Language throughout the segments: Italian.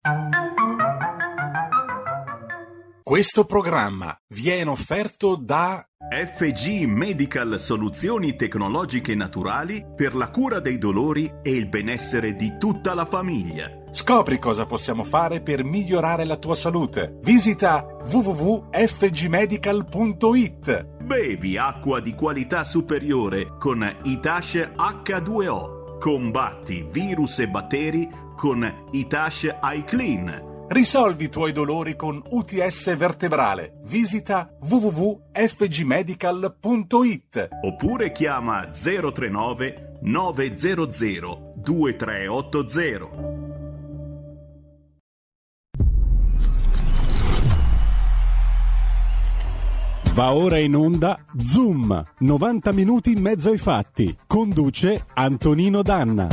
Questo programma viene offerto da FG Medical, soluzioni tecnologiche naturali per la cura dei dolori e il benessere di tutta la famiglia. Scopri cosa possiamo fare per migliorare la tua salute. Visita www.fgmedical.it. Bevi acqua di qualità superiore con Itash H2O. Combatti virus e batteri con Itash iClean. Risolvi i tuoi dolori con UTS vertebrale. Visita www.fgmedical.it oppure chiama 039 900 2380. Va ora in onda Zoom, 90 minuti in mezzo ai fatti. Conduce Antonino Danna.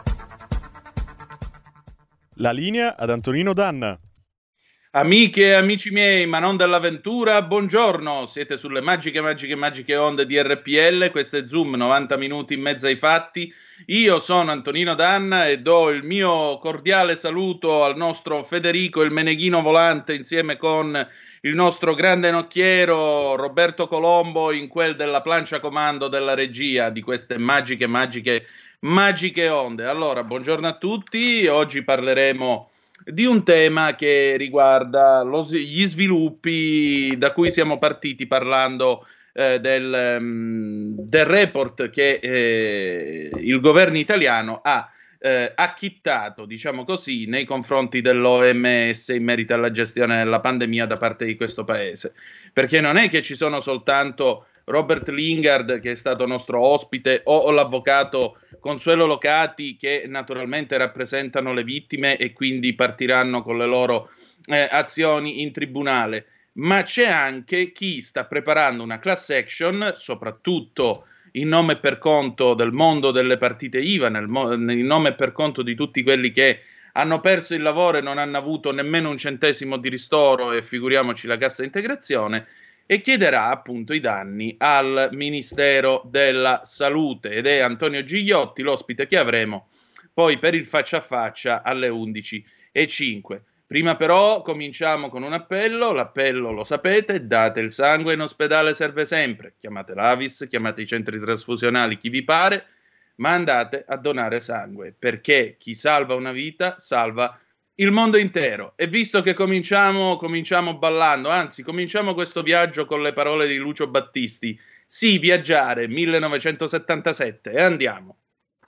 La linea ad Antonino Danna. Amiche e amici miei, ma non dell'avventura, buongiorno. Siete sulle magiche onde di RPL. Questo è Zoom, 90 minuti in mezzo ai fatti. Io sono Antonino Danna e do il mio cordiale saluto al nostro Federico, il Meneghino volante, insieme con il nostro grande nocchiero Roberto Colombo, in quel della plancia comando della regia di queste magiche onde. Allora, buongiorno a tutti. Oggi parleremo di un tema che riguarda gli sviluppi da cui siamo partiti parlando del report che il governo italiano ha acchittato, diciamo così, nei confronti dell'OMS in merito alla gestione della pandemia da parte di questo paese. Perché non è che ci sono soltanto Robert Lingard, che è stato nostro ospite, o l'avvocato Consuelo Locati, che naturalmente rappresentano le vittime e quindi partiranno con le loro azioni in tribunale, ma c'è anche chi sta preparando una class action, soprattutto in nome e per conto del mondo delle partite IVA, in nome e per conto di tutti quelli che hanno perso il lavoro e non hanno avuto nemmeno un centesimo di ristoro, e figuriamoci la cassa integrazione, e chiederà appunto i danni al Ministero della Salute, ed è Antonio Gigliotti l'ospite che avremo poi per il faccia a faccia alle 11:05. Prima però cominciamo con un appello. L'appello lo sapete: date il sangue, in ospedale serve sempre. Chiamate l'Avis, chiamate i centri trasfusionali, chi vi pare, ma andate a donare sangue, perché chi salva una vita salva il mondo intero. E visto che cominciamo ballando, anzi cominciamo questo viaggio con le parole di Lucio Battisti: sì, viaggiare, 1977, e andiamo.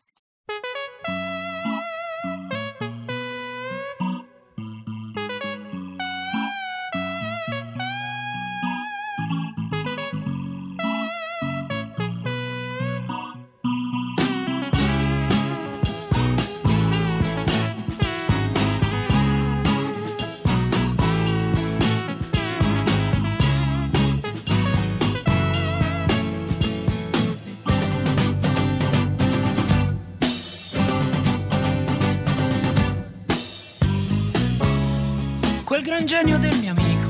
Quel gran genio del mio amico,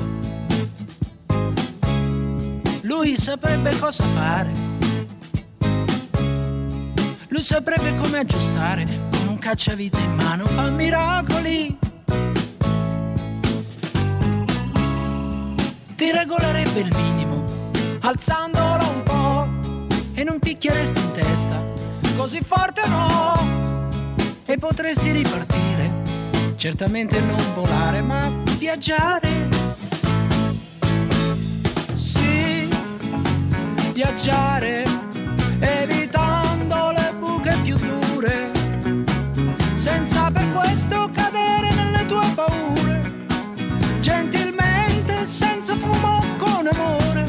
lui saprebbe cosa fare, lui saprebbe come aggiustare, con un cacciavite in mano fa miracoli, ti regolerebbe il minimo alzandolo un po' e non picchieresti in testa così forte, no, e potresti ripartire, certamente non volare ma viaggiare. Sì, viaggiare, evitando le buche più dure, senza per questo cadere nelle tue paure, gentilmente, senza fumo, con amore,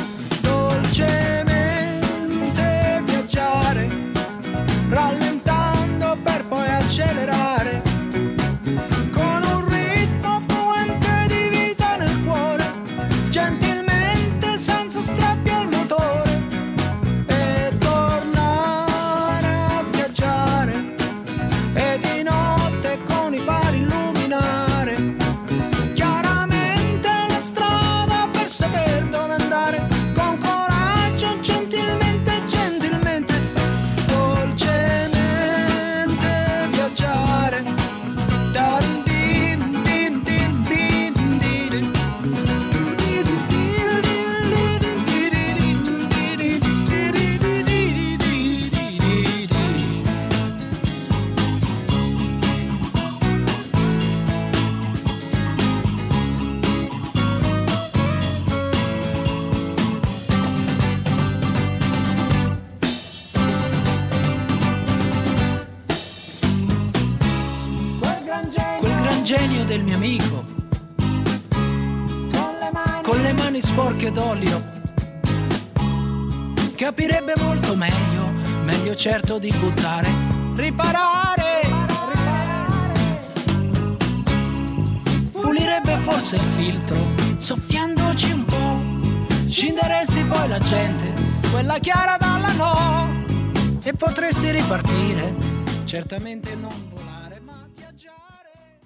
dolcemente viaggiare, rallentando per poi accelerare, e di no del mio amico, con le mani sporche d'olio, capirebbe molto meglio certo di buttare, riparare, pulirebbe forse il filtro, soffiandoci un po', scinderesti poi la gente, quella chiara dalla no, e potresti ripartire, certamente non volare ma viaggiare.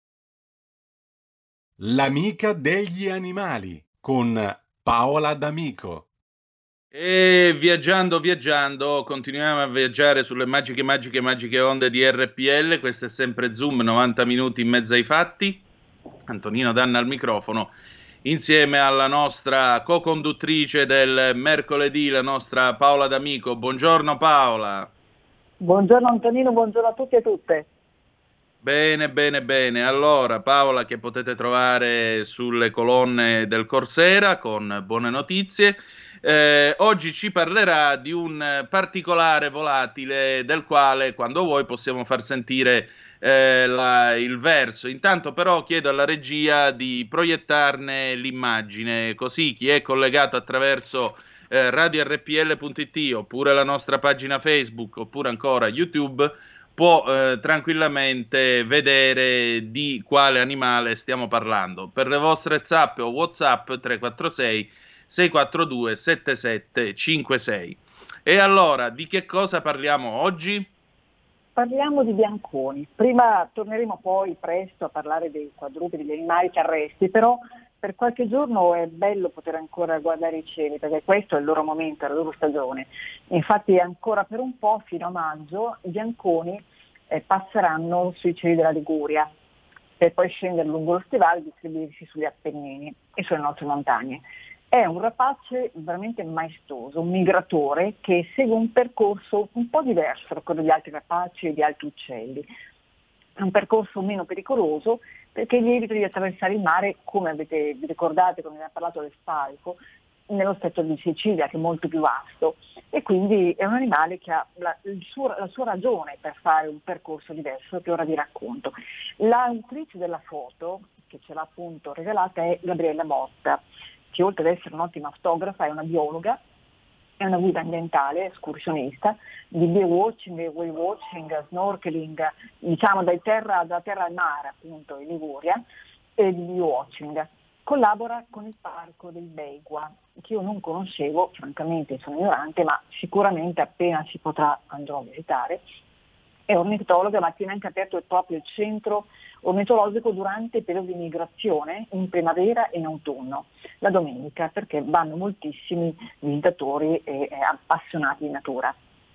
L'amica degli animali con Paola D'Amico. E viaggiando, continuiamo a viaggiare sulle magiche onde di RPL. Questo è sempre Zoom, 90 minuti in mezzo ai fatti. Antonino Danna al microfono, insieme alla nostra co-conduttrice del mercoledì, la nostra Paola D'Amico. Buongiorno Paola. Buongiorno Antonino, buongiorno a tutti e tutte. Bene. Allora, Paola, che potete trovare sulle colonne del Corsera con buone notizie. Oggi ci parlerà di un particolare volatile del quale, quando vuoi, possiamo far sentire il verso. Intanto però chiedo alla regia di proiettarne l'immagine, così chi è collegato attraverso radiorpl.it oppure la nostra pagina Facebook oppure ancora YouTube può tranquillamente vedere di quale animale stiamo parlando. Per le vostre zappe o WhatsApp 346 642 7756. E allora, di che cosa parliamo oggi? Parliamo di bianconi. Prima torneremo poi presto a parlare dei quadrupedi, degli animali terrestri, però per qualche giorno è bello poter ancora guardare i cieli, perché questo è il loro momento, è la loro stagione. Infatti ancora per un po', fino a maggio, i bianconi passeranno sui cieli della Liguria, per poi scendere lungo lo stivale e distribuirsi sugli Appennini e sulle nostre montagne. È un rapace veramente maestoso, un migratore che segue un percorso un po' diverso da quello di altri rapaci e di altri uccelli. È un percorso meno pericoloso perché gli evita di attraversare il mare, come vi ricordate quando abbiamo parlato del falco, nello stretto di Sicilia, che è molto più vasto, e quindi è un animale che ha la sua ragione per fare un percorso diverso che ora vi racconto. L'autrice della foto, che ce l'ha appunto regalata, è Gabriella Motta, che oltre ad essere un'ottima fotografa è una biologa, è una guida ambientale, escursionista, di bee-watching, whale-watching, snorkeling, diciamo da terra al mare appunto in Liguria, e di bee-watching. Collabora con il parco del Beigua, che io non conoscevo, francamente sono ignorante, ma sicuramente appena si potrà andrò a visitare. È ornitologa, ma tiene anche aperto proprio il centro ornitologico durante il periodo di migrazione, in primavera e in autunno, la domenica, perché vanno moltissimi visitatori e appassionati di natura.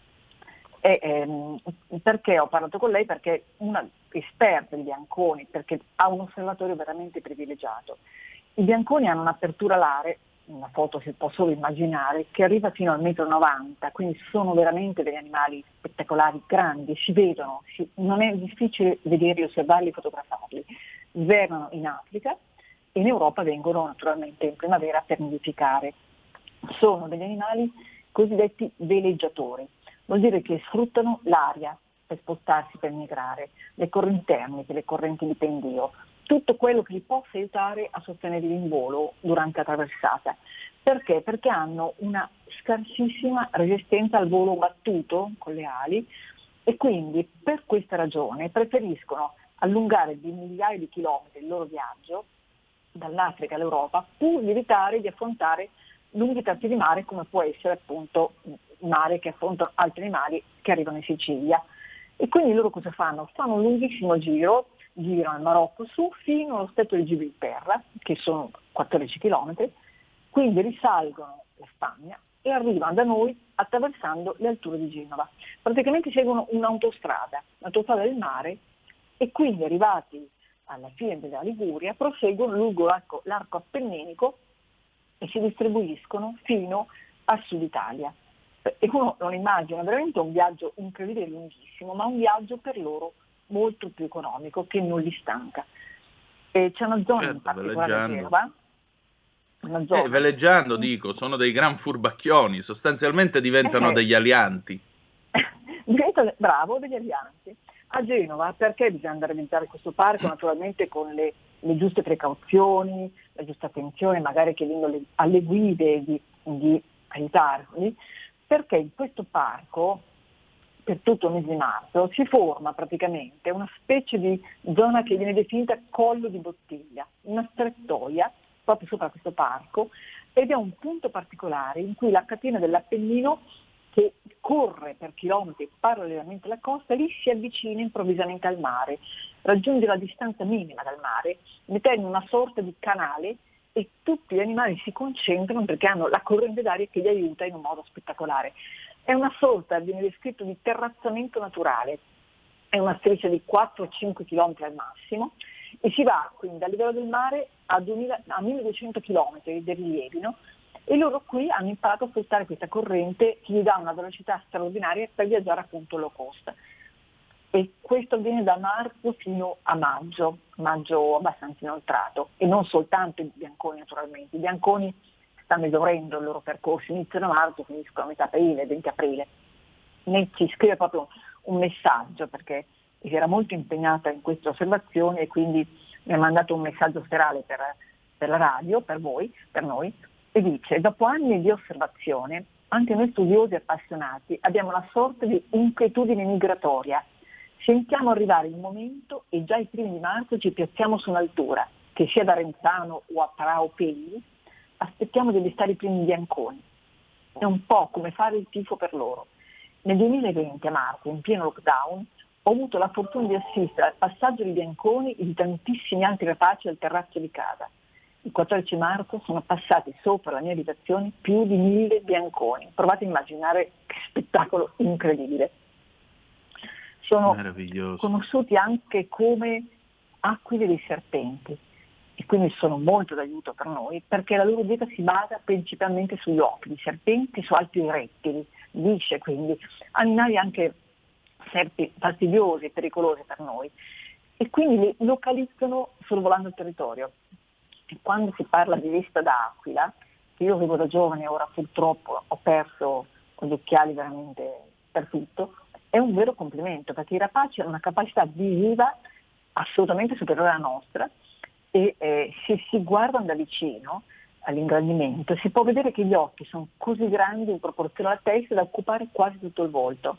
Perché ho parlato con lei? Perché è una esperta di bianconi, perché ha un osservatorio veramente privilegiato. I bianconi hanno un'apertura alare, una foto si può solo immaginare, che arriva fino al 1,90 m, quindi sono veramente degli animali spettacolari, grandi, si vedono, non è difficile vederli, osservarli, fotografarli. Vivevano in Africa e in Europa vengono naturalmente in primavera per nidificare. Sono degli animali cosiddetti veleggiatori, vuol dire che sfruttano l'aria per spostarsi, per migrare, le correnti termiche, le correnti di pendio, tutto quello che li possa aiutare a sostenerli in volo durante la traversata. Perché? Perché hanno una scarsissima resistenza al volo battuto con le ali e quindi per questa ragione preferiscono allungare di migliaia di chilometri il loro viaggio dall'Africa all'Europa pur di evitare di affrontare lunghi tratti di mare come può essere appunto il mare che affrontano altri animali che arrivano in Sicilia. E quindi loro cosa fanno? Fanno un lunghissimo giro, girano il Marocco su fino allo stretto di Gibilterra, che sono 14 km, quindi risalgono la Spagna e arrivano da noi attraversando le alture di Genova. Praticamente seguono un'autostrada del mare e quindi arrivati alla fine della Liguria proseguono lungo l'arco appenninico e si distribuiscono fino al sud Italia. E uno non immagina veramente un viaggio incredibile, lunghissimo, ma un viaggio per loro molto più economico che non li stanca. E c'è una zona in particolare a Genova. Veleggiando, dico, sono dei gran furbacchioni, sostanzialmente diventano degli alianti. Bravo, degli alianti. A Genova, perché bisogna andare a visitare questo parco? Naturalmente con le giuste precauzioni, la giusta attenzione, magari chiedendo alle guide di aiutarli, perché in questo parco, per tutto il mese di marzo, si forma praticamente una specie di zona che viene definita collo di bottiglia, una strettoia proprio sopra questo parco, ed è un punto particolare in cui la catena dell'Appennino, che corre per chilometri parallelamente alla costa, lì si avvicina improvvisamente al mare, raggiunge la distanza minima dal mare, mettendo una sorta di canale, e tutti gli animali si concentrano perché hanno la corrente d'aria che li aiuta in un modo spettacolare. È una sorta, viene descritto, di terrazzamento naturale, è una striscia di 4-5 km al massimo, e si va quindi dal livello del mare a 1200 km di rilievi, no? E loro qui hanno imparato a sfruttare questa corrente che gli dà una velocità straordinaria per viaggiare appunto low cost. E questo avviene da marzo fino a maggio abbastanza inoltrato, e non soltanto i bianconi naturalmente. I bianconi stanno esaurendo il loro percorso, iniziano a marzo, finiscono a metà aprile, 20 aprile. Ci scrive proprio un messaggio, perché era molto impegnata in queste osservazioni e quindi mi ha mandato un messaggio serale per la radio, per voi, per noi, e dice: dopo anni di osservazione, anche noi studiosi appassionati abbiamo una sorta di inquietudine migratoria. Sentiamo arrivare il momento e già i primi di marzo ci piazziamo su un'altura, che sia da Renzano o a Prao Pegli, aspettiamo di avvistare i primi bianconi. È un po' come fare il tifo per loro. Nel 2020 a marzo, in pieno lockdown, ho avuto la fortuna di assistere al passaggio di bianconi e di tantissimi altri rapaci al terrazzo di casa. Il 14 marzo sono passati sopra la mia abitazione più di 1000 bianconi. Provate a immaginare che spettacolo incredibile. Sono conosciuti anche come aquile dei serpenti, e quindi sono molto d'aiuto per noi, perché la loro dieta si basa principalmente sugli occhi, serpenti, su altri rettili, lisce, quindi animali anche fastidiosi e pericolosi per noi, e quindi li localizzano sorvolando il territorio. E quando si parla di vista d'aquila, che io avevo da giovane, ora purtroppo ho perso gli occhiali veramente per tutto, è un vero complimento, perché i rapaci hanno una capacità visiva assolutamente superiore alla nostra, e se si guardano da vicino all'ingrandimento si può vedere che gli occhi sono così grandi in proporzione alla testa da occupare quasi tutto il volto.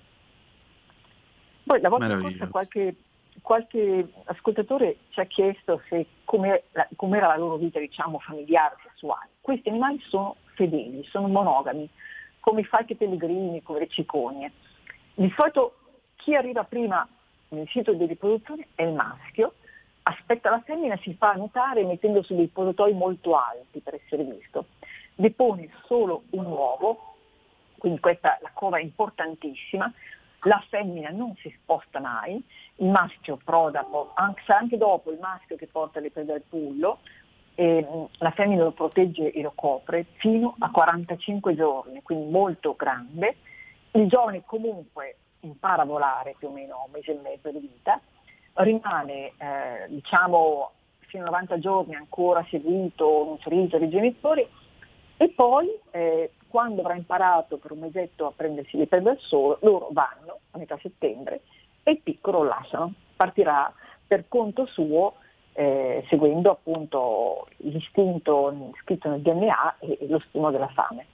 Poi la volta scorsa qualche ascoltatore ci ha chiesto com'era la loro vita, diciamo, familiare, sessuale. Questi animali sono fedeli, sono monogami, come i falchi pellegrini, come le cicogne. Di solito chi arriva prima nel sito di riproduzione è il maschio, aspetta la femmina, si fa notare mettendo su dei posatoi molto alti per essere visto, depone solo un uovo, quindi questa la cova è importantissima, la femmina non si sposta mai, il maschio proda, sarà anche dopo il maschio che porta le prede al pullo, e la femmina lo protegge e lo copre fino a 45 giorni, quindi molto grande. Il giovane comunque impara a volare più o meno un mese e mezzo di vita, rimane fino a 90 giorni ancora seguito, nutrito dai genitori, e poi quando avrà imparato per un mesetto a prendersi le prede al solo, loro vanno a metà settembre e il piccolo lo lasciano, partirà per conto suo, seguendo appunto l'istinto scritto nel DNA e lo stimolo della fame.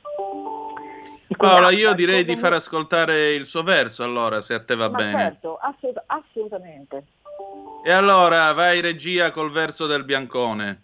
Paola, io direi di far ascoltare il suo verso, allora, se a te va bene. Certo, assolutamente. E allora, vai regia col verso del biancone.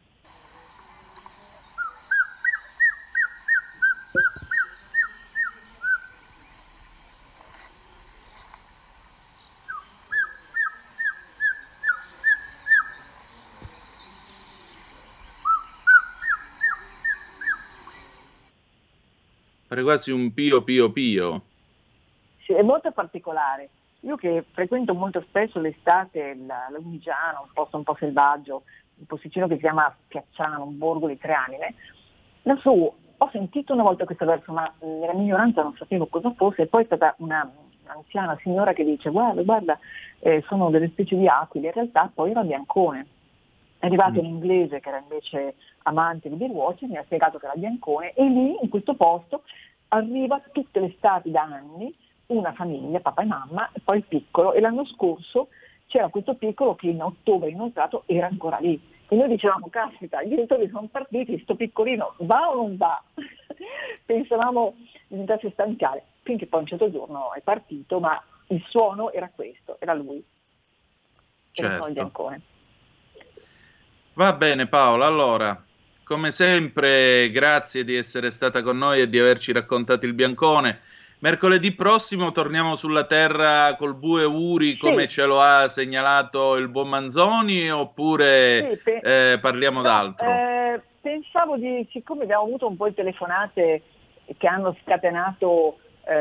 Pare quasi un pio pio pio. Sì, è molto particolare. Io che frequento molto spesso l'estate la Lunigiana, un posto un po' selvaggio, un posticino che si chiama Piacciano, un borgo di 3 anime, lassù ho sentito una volta questo verso, ma nella mia ignoranza non sapevo cosa fosse, e poi è stata un'anziana signora che dice guarda, sono delle specie di aquile, in realtà poi era biancone. È arrivato un inglese che era invece amante di birdwatching, mi ha spiegato che era biancone, e lì in questo posto arriva tutte le estati da anni una famiglia, papà e mamma, e poi il piccolo, e l'anno scorso c'era questo piccolo che in ottobre inoltrato era ancora lì. E noi dicevamo, caspita, i genitori sono partiti, sto piccolino va o non va? Pensavamo diventasse stanziale, finché poi un certo giorno è partito, ma il suono era questo, era lui. Era il biancone. Va bene Paola, allora, come sempre, grazie di essere stata con noi e di averci raccontato il biancone. Mercoledì prossimo torniamo sulla terra col Bue Uri, come ce lo ha segnalato il buon Manzoni, oppure parliamo d'altro? Pensavo siccome abbiamo avuto un po' di telefonate che hanno scatenato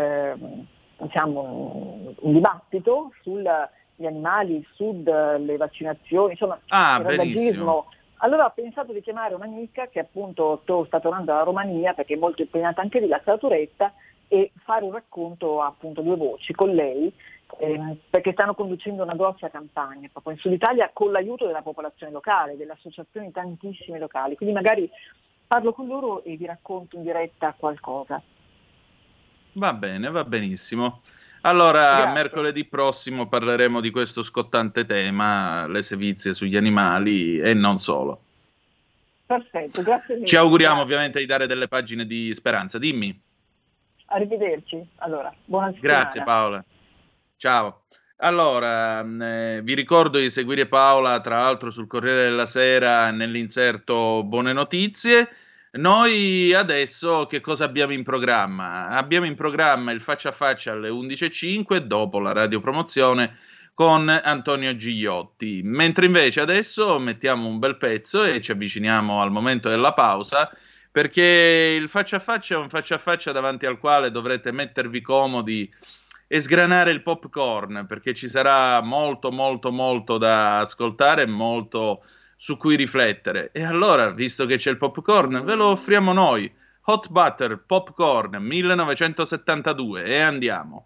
un dibattito sugli animali, il sud, le vaccinazioni, insomma, il ragazismo. Allora ho pensato di chiamare un'amica che appunto sta tornando dalla Romania, perché è molto impegnata anche lì, la Turetta, e fare un racconto appunto a due voci con lei, perché stanno conducendo una grossa campagna proprio in Sud Italia con l'aiuto della popolazione locale, delle associazioni tantissime locali, quindi magari parlo con loro e vi racconto in diretta qualcosa. Va bene, va benissimo. Allora, Grazie. Mercoledì prossimo parleremo di questo scottante tema, le sevizie sugli animali e non solo. Perfetto, grazie mille. Ci auguriamo ovviamente di dare delle pagine di speranza. Dimmi. Arrivederci, allora, buona settimana. Grazie Paola, ciao. Allora, vi ricordo di seguire Paola tra l'altro sul Corriere della Sera nell'inserto Buone Notizie. Noi adesso che cosa abbiamo in programma? Abbiamo in programma il Faccia a Faccia alle 11.05 dopo la radiopromozione con Antonio Gigliotti, mentre invece adesso mettiamo un bel pezzo e ci avviciniamo al momento della pausa, perché il Faccia a Faccia è un faccia a faccia davanti al quale dovrete mettervi comodi e sgranare il popcorn, perché ci sarà molto molto molto da ascoltare, molto su cui riflettere. E allora, visto che c'è il popcorn, ve lo offriamo noi. Hot Butter Popcorn 1972 e andiamo.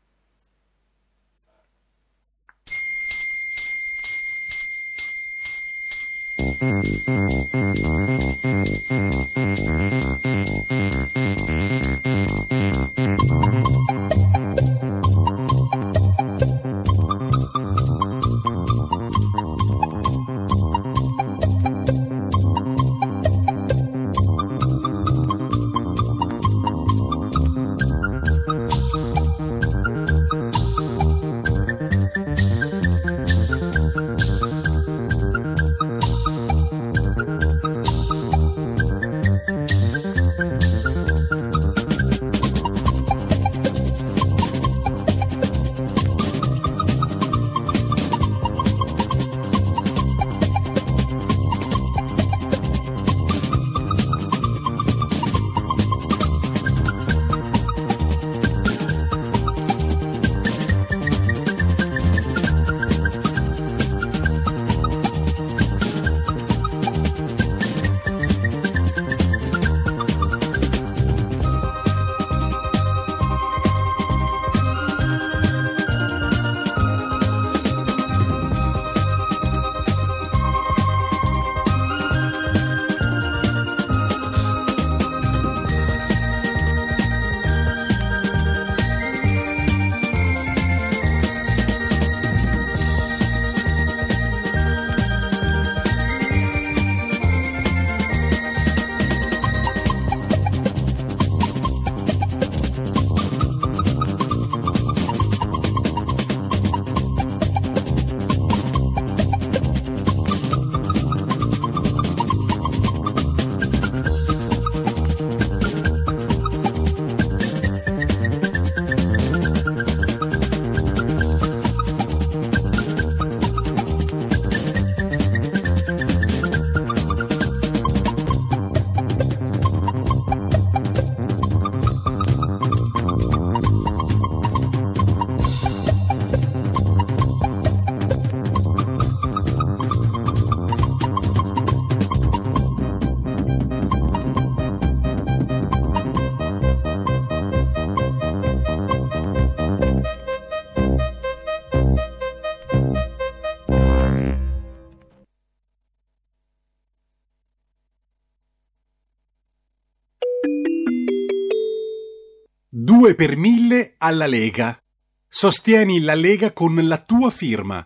Due per 1000 alla Lega. Sostieni la Lega con la tua firma.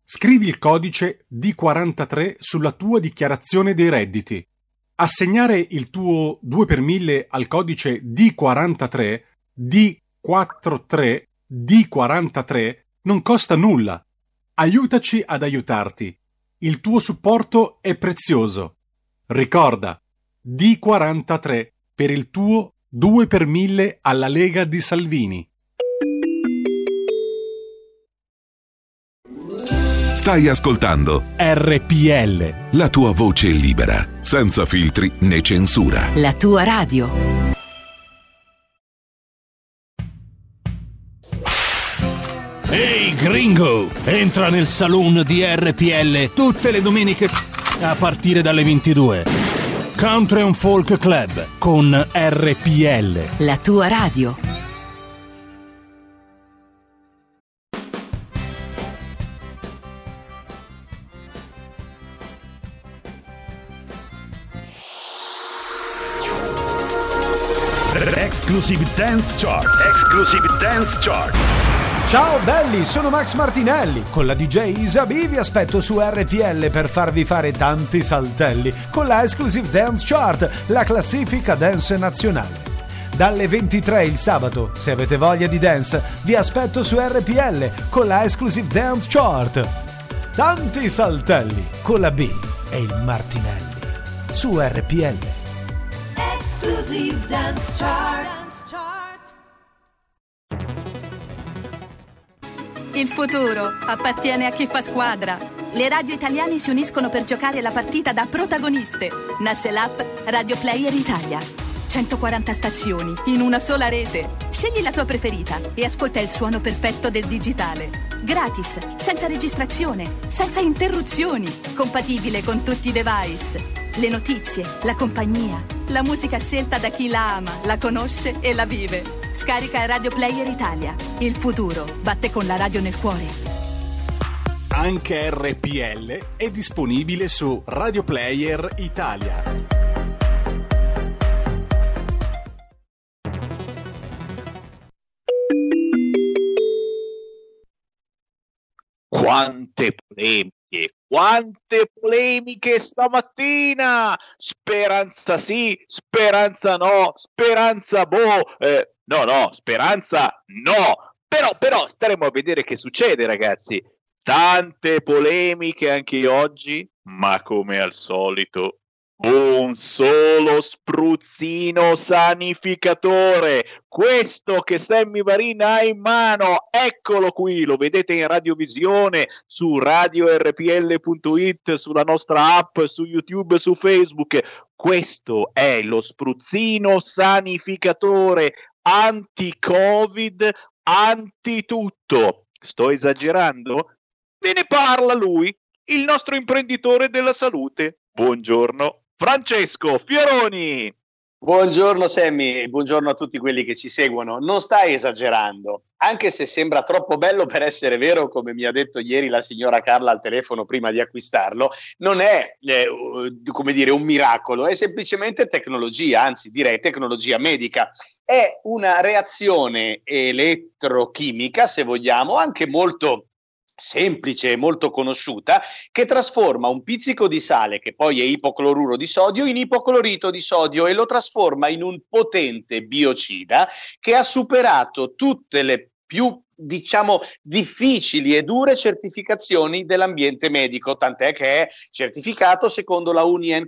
Scrivi il codice D43 sulla tua dichiarazione dei redditi. Assegnare il tuo 2 per 1000 al codice D43, D43, D43 non costa nulla. Aiutaci ad aiutarti. Il tuo supporto è prezioso. Ricorda, D43 per il tuo 2 per 1000 alla Lega di Salvini. Stai ascoltando RPL. la tua voce libera, senza filtri né censura. La tua radio. Ehi gringo, entra nel saloon di RPL tutte le domeniche a partire dalle 22. Country and Folk Club con RPL. La tua radio. Exclusive Dance Chart. Exclusive Dance Chart. Ciao belli, sono Max Martinelli. Con la DJ Isabi vi aspetto su RPL per farvi fare tanti saltelli con la Exclusive Dance Chart, la classifica dance nazionale. Dalle 23 il sabato, se avete voglia di dance, vi aspetto su RPL con la Exclusive Dance Chart. Tanti saltelli con la B e il Martinelli su RPL. Exclusive Dance Chart. Il futuro appartiene a chi fa squadra. Le radio italiane si uniscono per giocare la partita da protagoniste. Nasce l'app Radio Player Italia. 140 stazioni in una sola rete. Scegli la tua preferita e ascolta il suono perfetto del digitale. Gratis, senza registrazione, senza interruzioni. Compatibile con tutti i device. Le notizie, la compagnia, la musica scelta da chi la ama, la conosce e la vive. Scarica Radio Player Italia. Il futuro batte con la radio nel cuore. Anche RPL è disponibile su Radio Player Italia. Quante polemiche stamattina! Speranza sì, speranza no, speranza boh, no, speranza no. Però staremo a vedere che succede, ragazzi. Tante polemiche anche oggi, ma come al solito un solo spruzzino sanificatore, questo che Sammy Varin ha in mano, eccolo qui, lo vedete in radiovisione su radiorpl.it, sulla nostra app, su YouTube, su Facebook. Questo è lo spruzzino sanificatore anti-Covid, anti-tutto. Sto esagerando? Ve ne parla lui, il nostro imprenditore della salute. Buongiorno, Francesco Fioroni. Buongiorno Sammy, buongiorno a tutti quelli che ci seguono. Non stai esagerando, anche se sembra troppo bello per essere vero, come mi ha detto ieri la signora Carla al telefono prima di acquistarlo. Non è come dire un miracolo, è semplicemente tecnologia, anzi direi tecnologia medica. È una reazione elettrochimica, se vogliamo, anche molto semplice e molto conosciuta, che trasforma un pizzico di sale, che poi è ipocloruro di sodio, in ipoclorito di sodio e lo trasforma in un potente biocida che ha superato tutte le più, diciamo, difficili e dure certificazioni dell'ambiente medico, tant'è che è certificato secondo la UNIEN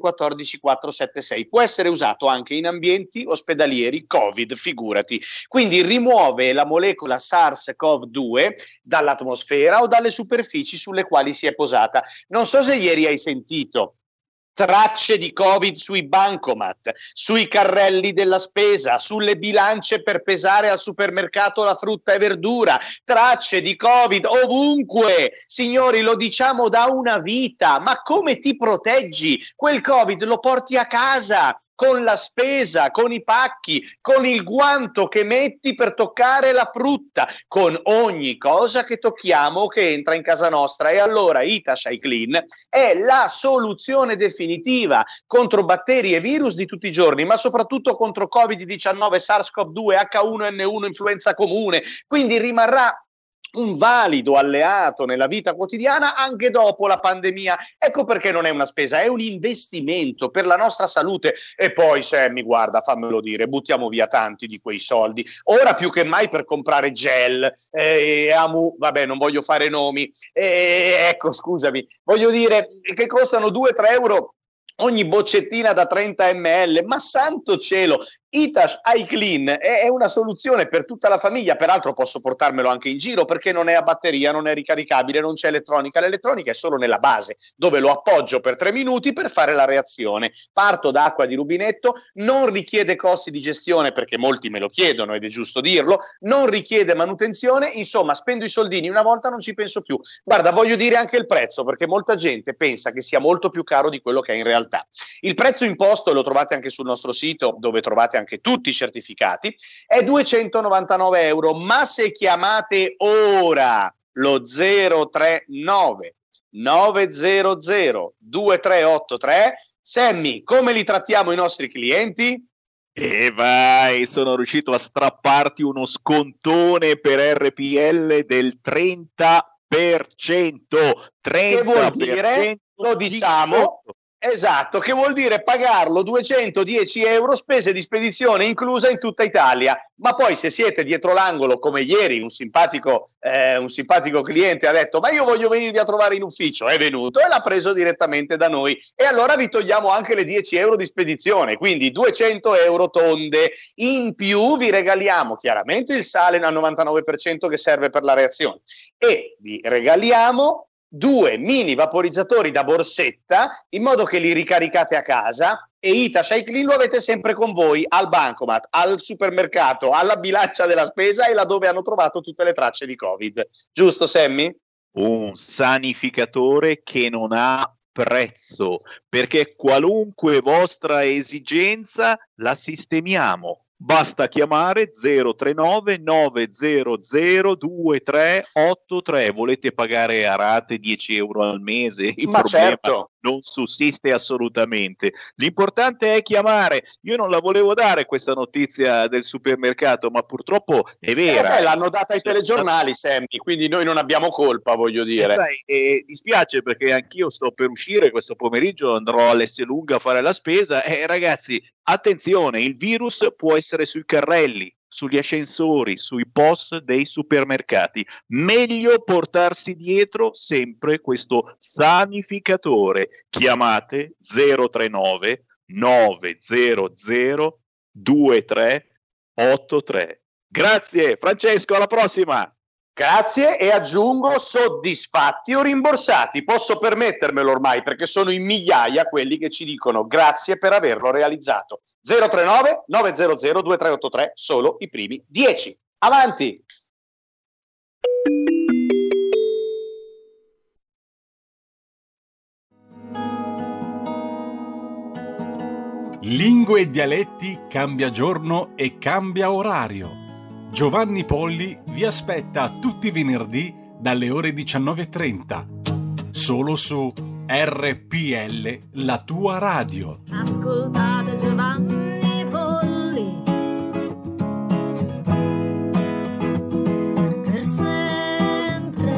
14476. Può essere usato anche in ambienti ospedalieri Covid, figurati. Quindi rimuove la molecola SARS-CoV-2 dall'atmosfera o dalle superfici sulle quali si è posata. Non so se ieri hai sentito tracce di Covid sui bancomat, sui carrelli della spesa, sulle bilance per pesare al supermercato la frutta e verdura, tracce di Covid ovunque. Signori, lo diciamo da una vita, ma come ti proteggi? Quel Covid lo porti a casa, con la spesa, con i pacchi, con il guanto che metti per toccare la frutta, con ogni cosa che tocchiamo che entra in casa nostra. E allora Itasha Clean è la soluzione definitiva contro batteri e virus di tutti i giorni, ma soprattutto contro Covid-19, SARS-CoV-2, H1N1, influenza comune. Quindi rimarrà un valido alleato nella vita quotidiana anche dopo la pandemia. Ecco perché non è una spesa, è un investimento per la nostra salute. E poi, Sammy, guarda, fammelo dire, buttiamo via tanti di quei soldi, ora più che mai per comprare gel, vabbè, non voglio fare nomi, ecco, scusami, voglio dire che costano 2-3 euro ogni boccettina da 30 ml, ma santo cielo, Hitash iClean è una soluzione per tutta la famiglia. Peraltro posso portarmelo anche in giro perché non è a batteria, non è ricaricabile, non c'è elettronica. L'elettronica è solo nella base, dove lo appoggio per 3 minuti per fare la reazione. Parto da acqua di rubinetto, non richiede costi di gestione perché molti me lo chiedono ed è giusto dirlo, non richiede manutenzione, insomma spendo i soldini una volta, non ci penso più. Guarda, voglio dire anche il prezzo perché molta gente pensa che sia molto più caro di quello che è in realtà. Il prezzo imposto, lo trovate anche sul nostro sito dove trovate anche tutti i certificati, è 299 euro, ma se chiamate ora lo 039 900 2383, Sammy, come li trattiamo i nostri clienti? E vai, sono riuscito a strapparti uno scontone per RPL del 30%. 30%. Che vuol dire? Lo diciamo. Esatto, che vuol dire pagarlo 210 euro, spese di spedizione inclusa in tutta Italia. Ma poi se siete dietro l'angolo, come ieri un simpatico cliente ha detto ma io voglio venirvi a trovare in ufficio, è venuto e l'ha preso direttamente da noi, e allora vi togliamo anche le 10 euro di spedizione, quindi 200 euro tonde. In più vi regaliamo chiaramente il sale al 99% che serve per la reazione, e vi regaliamo 2 mini vaporizzatori da borsetta in modo che li ricaricate a casa, e Hitash iClean lo avete sempre con voi al bancomat, al supermercato, alla bilancia della spesa e laddove hanno trovato tutte le tracce di Covid. Giusto, Sammy? Un sanificatore che non ha prezzo, perché qualunque vostra esigenza la sistemiamo. Basta chiamare 039 900 2383. Volete pagare a rate 10 euro al mese? Il Ma problema certo, non sussiste assolutamente. L'importante è chiamare. Io non la volevo dare questa notizia del supermercato, ma purtroppo è vera. l'hanno data ai telegiornali, Sammy, quindi noi non abbiamo colpa, voglio dire. Dispiace perché anch'io sto per uscire questo pomeriggio, andrò all'Esselunga a fare la spesa e ragazzi, attenzione, il virus può essere sui carrelli, sugli ascensori, sui POS dei supermercati. Meglio portarsi dietro sempre questo sanificatore. Chiamate 039 900 2383. Grazie Francesco, alla prossima. Grazie, e aggiungo soddisfatti o rimborsati. Posso permettermelo ormai perché sono in migliaia quelli che ci dicono grazie per averlo realizzato. 039 900 2383, solo i primi 10. Avanti! Lingue e dialetti cambia giorno e cambia orario. Giovanni Polli vi aspetta tutti i venerdì dalle ore 19:30, solo su RPL, la tua radio. Ascoltate Giovanni Polli per sempre.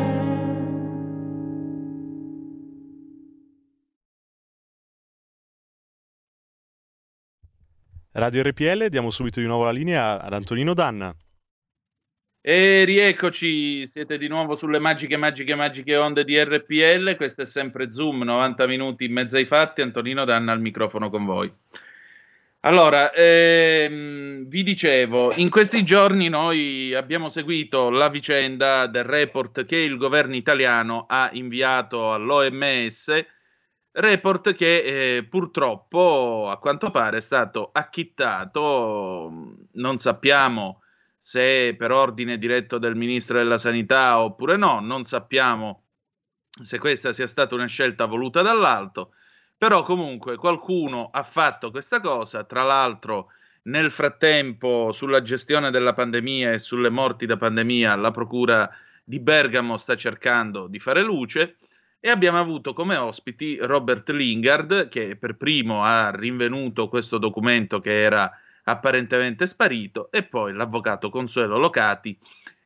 Radio RPL, diamo subito di nuovo la linea ad Antonino Danna. E rieccoci, siete di nuovo sulle magiche onde di RPL. Questo è sempre Zoom, 90 minuti in mezzo ai fatti. Antonino Danna al microfono con voi. Allora, vi dicevo, in questi giorni noi abbiamo seguito la vicenda del report che il governo italiano ha inviato all'OMS, report che purtroppo a quanto pare è stato acchittato, non sappiamo se per ordine diretto del ministro della sanità oppure no, non sappiamo se questa sia stata una scelta voluta dall'alto, però comunque qualcuno ha fatto questa cosa. Tra l'altro nel frattempo sulla gestione della pandemia e sulle morti da pandemia la procura di Bergamo sta cercando di fare luce, e abbiamo avuto come ospiti Robert Lingard, che per primo ha rinvenuto questo documento che era apparentemente sparito, e poi l'avvocato Consuelo Locati,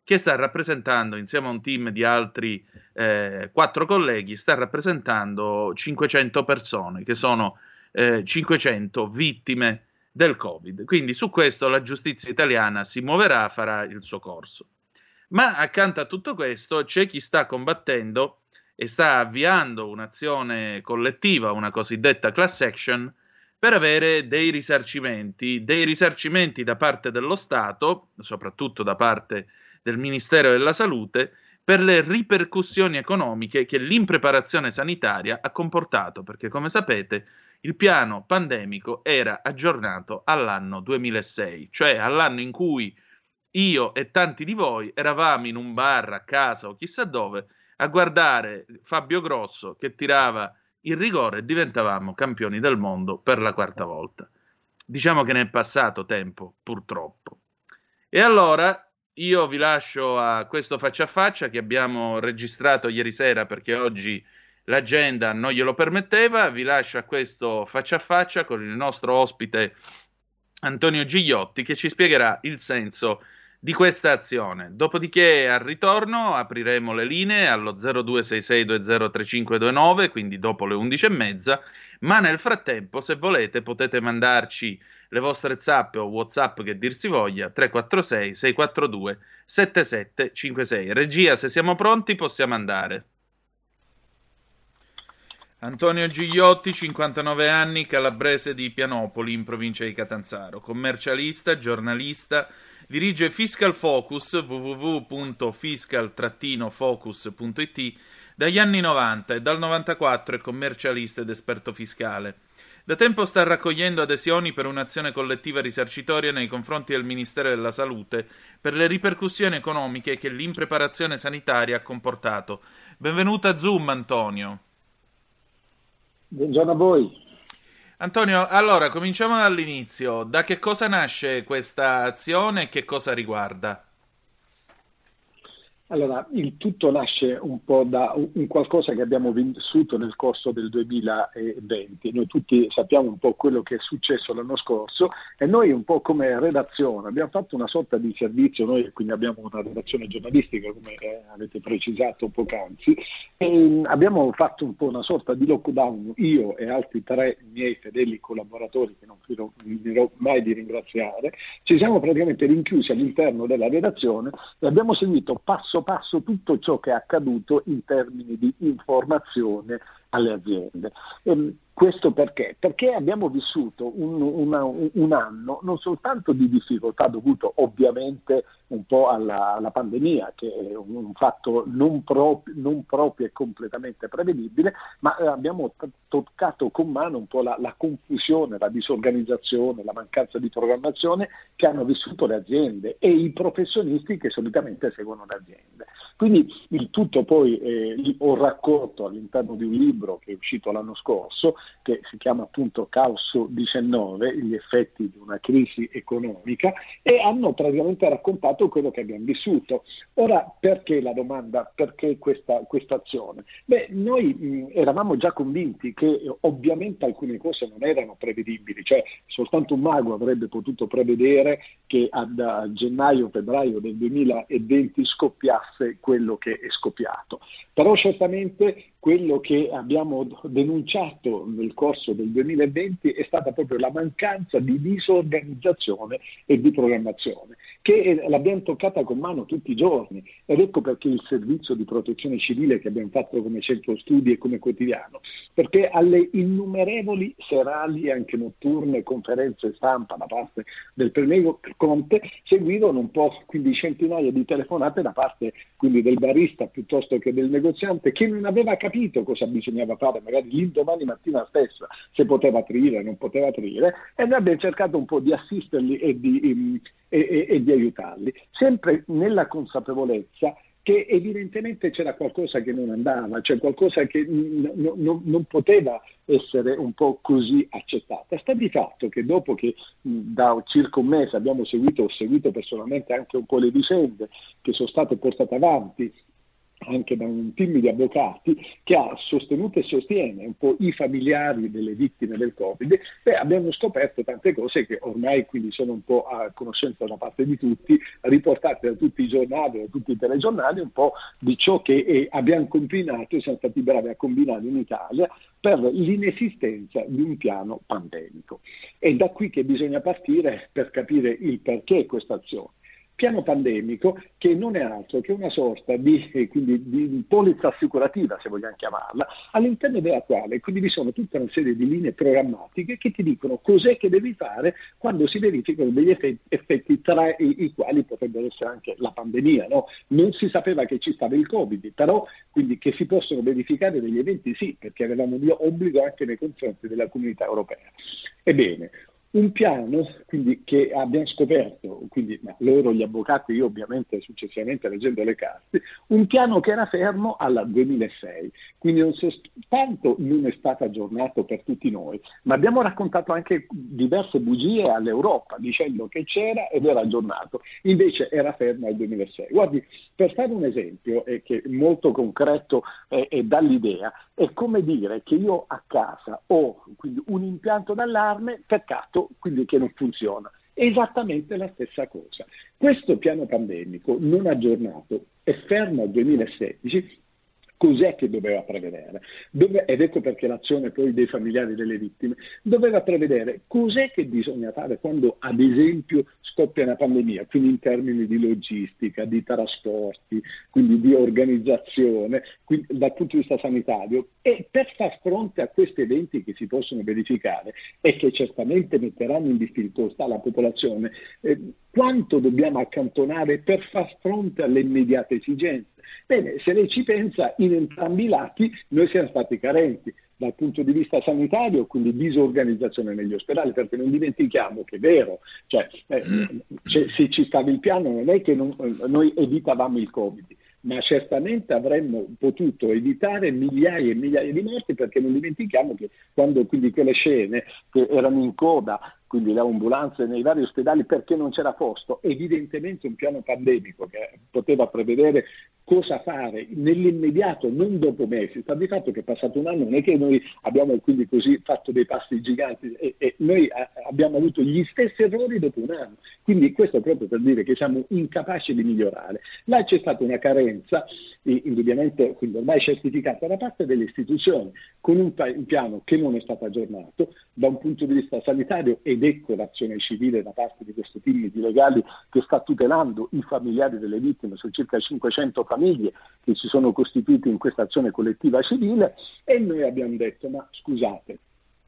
che sta rappresentando, insieme a un team di altri 4 colleghi, sta rappresentando 500 persone, che sono 500 vittime del Covid. Quindi su questo la giustizia italiana si muoverà, farà il suo corso. Ma accanto a tutto questo c'è chi sta combattendo e sta avviando un'azione collettiva, una cosiddetta class action, per avere dei risarcimenti da parte dello Stato, soprattutto da parte del Ministero della Salute, per le ripercussioni economiche che l'impreparazione sanitaria ha comportato, perché come sapete il piano pandemico era aggiornato all'anno 2006, cioè all'anno in cui io e tanti di voi eravamo in un bar a casa o chissà dove a guardare Fabio Grosso che tirava il rigore e diventavamo campioni del mondo per la 4ª volta. Diciamo che ne è passato tempo, purtroppo. E allora io vi lascio a questo faccia a faccia che abbiamo registrato ieri sera perché oggi l'agenda non glielo permetteva. Vi lascio a questo faccia a faccia con il nostro ospite Antonio Gigliotti che ci spiegherà il senso di questa azione. Dopodiché al ritorno apriremo le linee allo 0266203529, quindi dopo le 11:30, ma nel frattempo se volete potete mandarci le vostre zappe o WhatsApp che dir si voglia 346 642 7756. Regia, se siamo pronti possiamo andare. Antonio Gigliotti, 59 anni, calabrese di Pianopoli, in provincia di Catanzaro, commercialista, giornalista, dirige Fiscal Focus, www.fiscal-focus.it, dagli anni 90 e dal 94 è commercialista ed esperto fiscale. Da tempo sta raccogliendo adesioni per un'azione collettiva risarcitoria nei confronti del Ministero della Salute per le ripercussioni economiche che l'impreparazione sanitaria ha comportato. Benvenuto a Zoom, Antonio. Buongiorno a voi. Antonio, allora cominciamo dall'inizio. Da che cosa nasce questa azione e che cosa riguarda? Allora, il tutto nasce un po' da un qualcosa che abbiamo vissuto nel corso del 2020. Noi tutti sappiamo un po' quello che è successo l'anno scorso e noi un po' come redazione abbiamo fatto una sorta di servizio, noi quindi abbiamo una redazione giornalistica come avete precisato poc'anzi, e abbiamo fatto un po' una sorta di lockdown, io e altri 3 miei fedeli collaboratori che non finirò mai di ringraziare, ci siamo praticamente rinchiusi all'interno della redazione e abbiamo seguito passo tutto ciò che è accaduto in termini di informazione alle aziende. Questo perché? Perché abbiamo vissuto un anno non soltanto di difficoltà dovuto ovviamente un po' alla pandemia, che è un fatto non proprio e completamente prevedibile, ma abbiamo toccato con mano un po' la confusione, la disorganizzazione, la mancanza di programmazione che hanno vissuto le aziende e i professionisti che solitamente seguono le aziende. Quindi il tutto poi ho raccolto all'interno di un libro che è uscito l'anno scorso, che si chiama appunto Caos 19, gli effetti di una crisi economica, e hanno praticamente raccontato quello che abbiamo vissuto. Ora, perché la domanda? Perché questa azione? Beh, noi eravamo già convinti che ovviamente alcune cose non erano prevedibili, cioè soltanto un mago avrebbe potuto prevedere che a gennaio-febbraio del 2020 scoppiasse quello che è scoppiato. Però certamente quello che abbiamo denunciato nel corso del 2020 è stata proprio la mancanza di disorganizzazione e di programmazione, che l'abbiamo toccata con mano tutti i giorni, ed ecco perché il servizio di protezione civile che abbiamo fatto come centro studi e come quotidiano, perché alle innumerevoli serali, anche notturne, conferenze stampa da parte del Premier Conte seguivano un po' quindi centinaia di telefonate da parte quindi del barista piuttosto che del negoziante, che non aveva capito cosa bisognava fare magari l'indomani mattina stessa, se poteva aprire o non poteva aprire, e noi abbiamo cercato un po' di assisterli e di aiutarli, sempre nella consapevolezza che evidentemente c'era qualcosa che non andava, cioè qualcosa che non poteva essere un po' così accettata. Sta di fatto che dopo che da circa un mese ho seguito personalmente anche un po' le vicende che sono state portate avanti anche da un team di avvocati che ha sostenuto e sostiene un po' i familiari delle vittime del Covid, abbiamo scoperto tante cose che ormai quindi sono un po' a conoscenza da parte di tutti, riportate da tutti i giornali, da tutti i telegiornali, un po' di ciò che abbiamo combinato e siamo stati bravi a combinare in Italia per l'inesistenza di un piano pandemico. È da qui che bisogna partire per capire il perché questa azione. Piano pandemico che non è altro che una sorta di polizza assicurativa, se vogliamo chiamarla, all'interno della quale quindi vi sono tutta una serie di linee programmatiche che ti dicono cos'è che devi fare quando si verificano degli effetti tra i quali potrebbero essere anche la pandemia, no? Non si sapeva che ci stava il Covid, però quindi che si possono verificare degli eventi sì, perché avevamo un obbligo anche nei confronti della comunità europea. Ebbene, un piano quindi che abbiamo scoperto, quindi loro gli avvocati, io ovviamente successivamente leggendo le carte, un piano che era fermo al 2006, quindi non soltanto non è stato aggiornato per tutti noi, ma abbiamo raccontato anche diverse bugie all'Europa dicendo che c'era ed era aggiornato, invece era fermo al 2006. Guardi, per fare un esempio che è molto concreto e dà l'idea, è come dire che io a casa ho quindi un impianto d'allarme, peccato quindi che non funziona. È esattamente la stessa cosa. Questo piano pandemico non aggiornato è fermo al 2016. Cos'è che doveva prevedere? Ed ecco perché l'azione poi dei familiari delle vittime doveva prevedere cos'è che bisogna fare quando ad esempio scoppia una pandemia, quindi in termini di logistica, di trasporti, quindi di organizzazione, quindi dal punto di vista sanitario, e per far fronte a questi eventi che si possono verificare e che certamente metteranno in difficoltà la popolazione, quanto dobbiamo accantonare per far fronte alle immediate esigenze? Bene, se lei ci pensa, in entrambi i lati noi siamo stati carenti dal punto di vista sanitario, quindi disorganizzazione negli ospedali, perché non dimentichiamo che è vero, se ci stava il piano non è che noi evitavamo il Covid, ma certamente avremmo potuto evitare migliaia e migliaia di morti, perché non dimentichiamo che quando quindi quelle scene che erano in coda, quindi le ambulanze nei vari ospedali perché non c'era posto, evidentemente un piano pandemico che poteva prevedere cosa fare nell'immediato, non dopo mesi. Sta di fatto che è passato un anno, non è che noi abbiamo quindi così fatto dei passi giganti e noi abbiamo avuto gli stessi errori dopo un anno. Quindi questo è proprio per dire che siamo incapaci di migliorare. Là c'è stata una carenza, indubbiamente quindi ormai certificata da parte delle istituzioni, con un piano che non è stato aggiornato da un punto di vista sanitario, ed ecco l'azione civile da parte di questo team di legali che sta tutelando i familiari delle vittime, su circa 500 famiglie che si sono costituite in questa azione collettiva civile, e noi abbiamo detto ma scusate,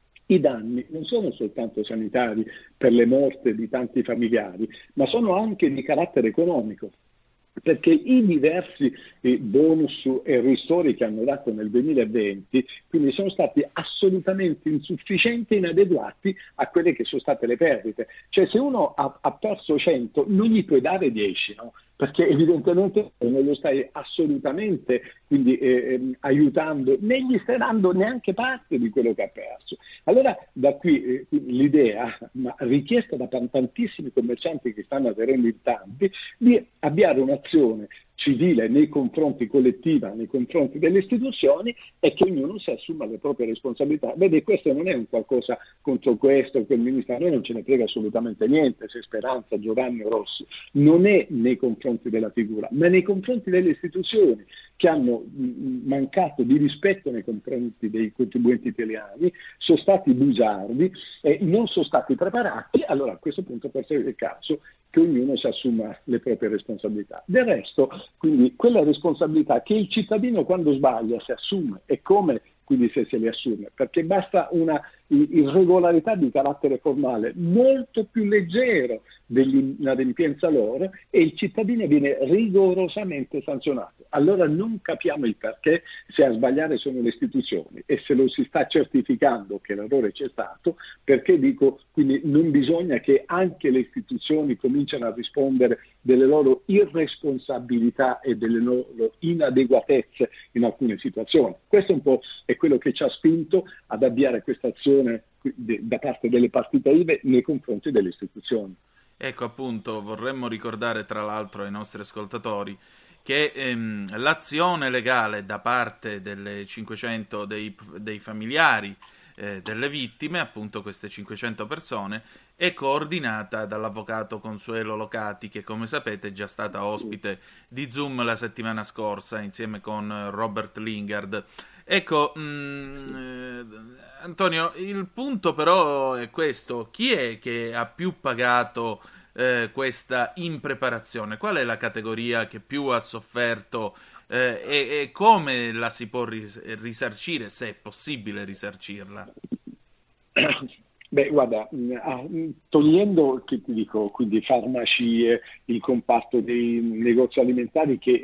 i danni non sono soltanto sanitari per le morti di tanti familiari, ma sono anche di carattere economico, perché i diversi bonus e ristori che hanno dato nel 2020 quindi sono stati assolutamente insufficienti e inadeguati a quelle che sono state le perdite. Cioè se uno ha perso 100 non gli puoi dare 10, no? Perché evidentemente non lo stai assolutamente quindi aiutando, né gli stai dando neanche parte di quello che ha perso. Allora da qui l'idea, ma richiesta da tantissimi commercianti che stanno aderendo in tanti, di avviare un'azione civile nei confronti collettiva, nei confronti delle istituzioni, e che ognuno si assuma le proprie responsabilità. Vede, questo non è un qualcosa contro questo, quel ministro, a noi non ce ne frega assolutamente niente se Speranza, Giovanni o Rossi, non è nei confronti della figura, ma nei confronti delle istituzioni che hanno mancato di rispetto nei confronti dei contribuenti italiani, sono stati bugiardi e non sono stati preparati. Allora a questo punto forse è il caso che ognuno si assuma le proprie responsabilità. Del resto, quindi quella responsabilità che il cittadino quando sbaglia si assume, e come quindi se le assume, perché basta una irregolarità di carattere formale molto più leggero dell'inadempienza loro e il cittadino viene rigorosamente sanzionato. Allora non capiamo il perché, se a sbagliare sono le istituzioni, e se lo si sta certificando che l'errore c'è stato, perché dico quindi non bisogna che anche le istituzioni cominciano a rispondere delle loro irresponsabilità e delle loro inadeguatezze in alcune situazioni. Questo un po' è quello che ci ha spinto ad avviare questa azione da parte delle partite IVA nei confronti delle istituzioni. Ecco, appunto, vorremmo ricordare tra l'altro ai nostri ascoltatori che l'azione legale da parte delle 500 dei familiari delle vittime, appunto queste 500 persone, è coordinata dall'avvocato Consuelo Locati, che come sapete è già stata ospite di Zoom la settimana scorsa insieme con Robert Lingard. Ecco, Antonio, il punto però è questo: chi è che ha più pagato questa impreparazione? Qual è la categoria che più ha sofferto e come la si può risarcire, se è possibile risarcirla? Beh, guarda, togliendo, che ti dico, quindi farmaci, il comparto dei negozi alimentari che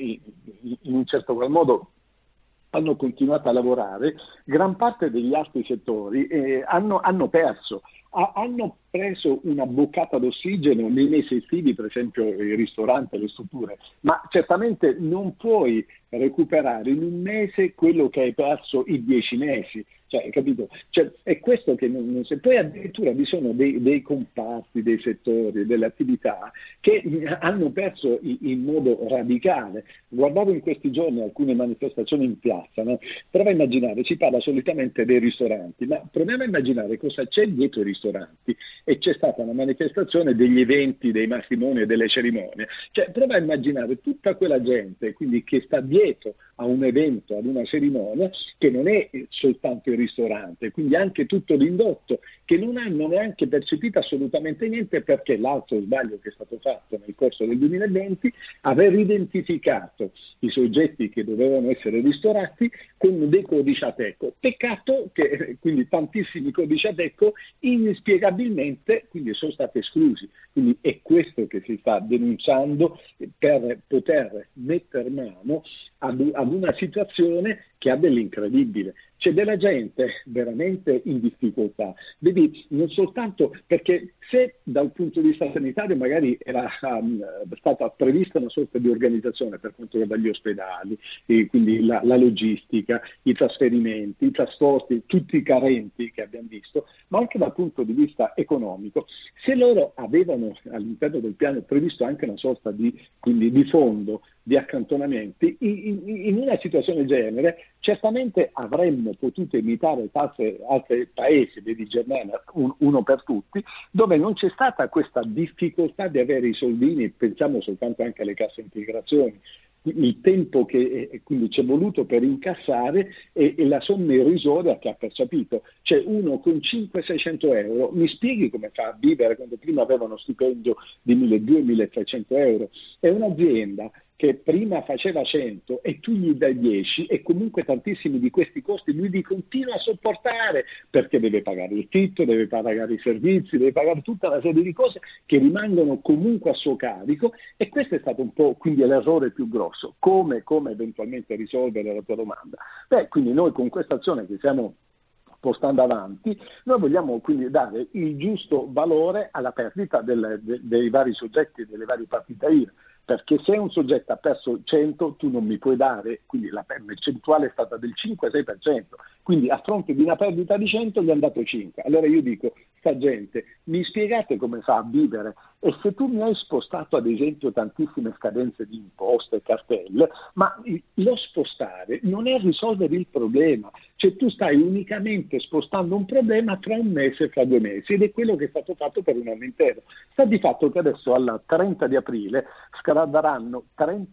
in un certo qual modo hanno continuato a lavorare, gran parte degli altri settori hanno perso. Hanno preso una boccata d'ossigeno nei mesi estivi, per esempio i ristoranti e le strutture, ma certamente non puoi recuperare in un mese quello che hai perso in 10 mesi. Cioè, capito? Cioè, è questo che non si... Poi addirittura vi sono dei comparti, dei settori, delle attività che hanno perso in modo radicale. Guardavo in questi giorni alcune manifestazioni in piazza, no? Prova a immaginare, si parla solitamente dei ristoranti, ma proviamo a immaginare cosa c'è dietro i ristoranti. E c'è stata una manifestazione degli eventi, dei matrimoni e delle cerimonie. Cioè, prova a immaginare tutta quella gente, quindi, che sta dietro a un evento, ad una cerimonia, che non è soltanto il ristorante, quindi anche tutto l'indotto, che non hanno neanche percepito assolutamente niente, perché l'altro sbaglio che è stato fatto nel corso del 2020, aver identificato i soggetti che dovevano essere ristorati con dei codici Ateco. Peccato che quindi tantissimi codici Ateco inspiegabilmente quindi sono stati esclusi. Quindi è questo che si sta denunciando per poter mettere mano ad una situazione che ha dell'incredibile. C'è della gente veramente in difficoltà. Vedi, non soltanto perché se dal punto di vista sanitario magari era stata prevista una sorta di organizzazione per quanto riguarda gli ospedali, e quindi la logistica, i trasferimenti, i trasporti, tutti i carenti che abbiamo visto, ma anche dal punto di vista economico. Se loro avevano all'interno del piano previsto anche una sorta di fondo, di accantonamenti, in una situazione del genere certamente avremmo potuto imitare altri paesi, vedi Germania, uno per tutti, dove non c'è stata questa difficoltà di avere i soldini. Pensiamo soltanto anche alle casse integrazioni, il tempo che quindi ci è voluto per incassare e la somma irrisoria che ha percepito. Cioè, uno con 500-600 euro, mi spieghi come fa a vivere quando prima aveva uno stipendio di 1.200-1.300 euro? È un'azienda che prima faceva 100 e tu gli dai 10 e comunque tantissimi di questi costi lui li continua a sopportare, perché deve pagare il fitto, deve pagare i servizi, deve pagare tutta una serie di cose che rimangono comunque a suo carico, e questo è stato un po' quindi l'errore più grosso. Come eventualmente risolvere la tua domanda? Beh, quindi noi con questa azione che stiamo portando avanti, noi vogliamo quindi dare il giusto valore alla perdita dei vari soggetti, delle varie partite IVA. Perché se un soggetto ha perso 100, tu non mi puoi dare, quindi la percentuale è stata del 5-6%, quindi a fronte di una perdita di 100 gli hanno dato 5. Allora io dico, sta gente, mi spiegate come fa a vivere? E se tu mi hai spostato ad esempio tantissime scadenze di imposte e cartelle, ma lo spostare non è risolvere il problema, cioè tu stai unicamente spostando un problema tra un mese e fra 2 mesi, ed è quello che è stato fatto per un anno intero. Sta di fatto che adesso al 30 di aprile daranno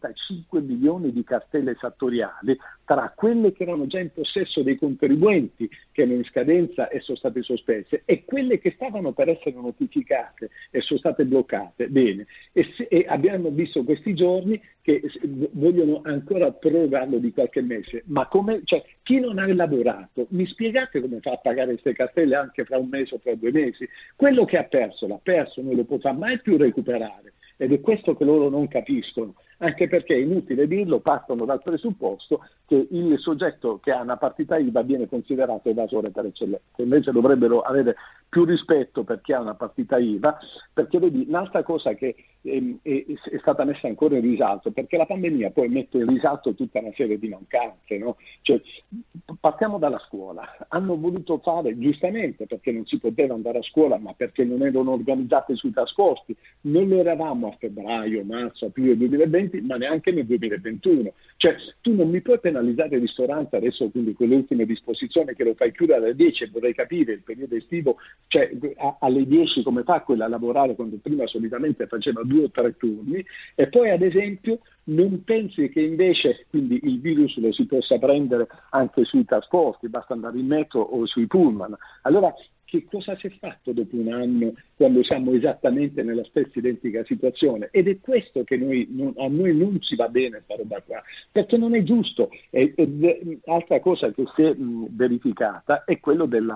35 milioni di cartelle esattoriali tra quelle che erano già in possesso dei contribuenti che erano in scadenza e sono state sospese e quelle che stavano per essere notificate e sono state bloccate. Bene, e abbiamo visto questi giorni che vogliono ancora prorogarlo di qualche mese, ma come, cioè, chi non ha lavorato, mi spiegate come fa a pagare queste cartelle anche fra un mese o fra 2 mesi? Quello che ha perso, l'ha perso, non lo potrà mai più recuperare. Ed è questo che loro non capiscono, anche perché è inutile dirlo, partono dal presupposto che il soggetto che ha una partita IVA viene considerato evasore per eccellenza. Invece dovrebbero avere più rispetto per chi ha una partita IVA, perché vedi, un'altra cosa che è stata messa ancora in risalto, perché la pandemia poi mette in risalto tutta una serie di mancanze, no? Cioè, partiamo dalla scuola. Hanno voluto fare, giustamente, perché non si poteva andare a scuola, ma perché non erano organizzate sui trasporti. Non lo eravamo a febbraio, marzo, aprile 2020, ma neanche nel 2021. Cioè, tu non mi puoi penalizzare il ristorante adesso, quindi con le ultime disposizioni, che lo fai chiudere alle 10, e vorrei capire il periodo estivo, cioè alle 10 come fa quella a lavorare quando prima solitamente faceva 2 o 3 turni, e poi ad esempio non pensi che invece quindi il virus lo si possa prendere anche sui trasporti, basta andare in metro o sui pullman. Allora che cosa si è fatto dopo un anno quando siamo esattamente nella stessa identica situazione? Ed è questo che a noi non ci va bene, questa roba qua, perché non è giusto. Altra cosa che si è verificata è quello della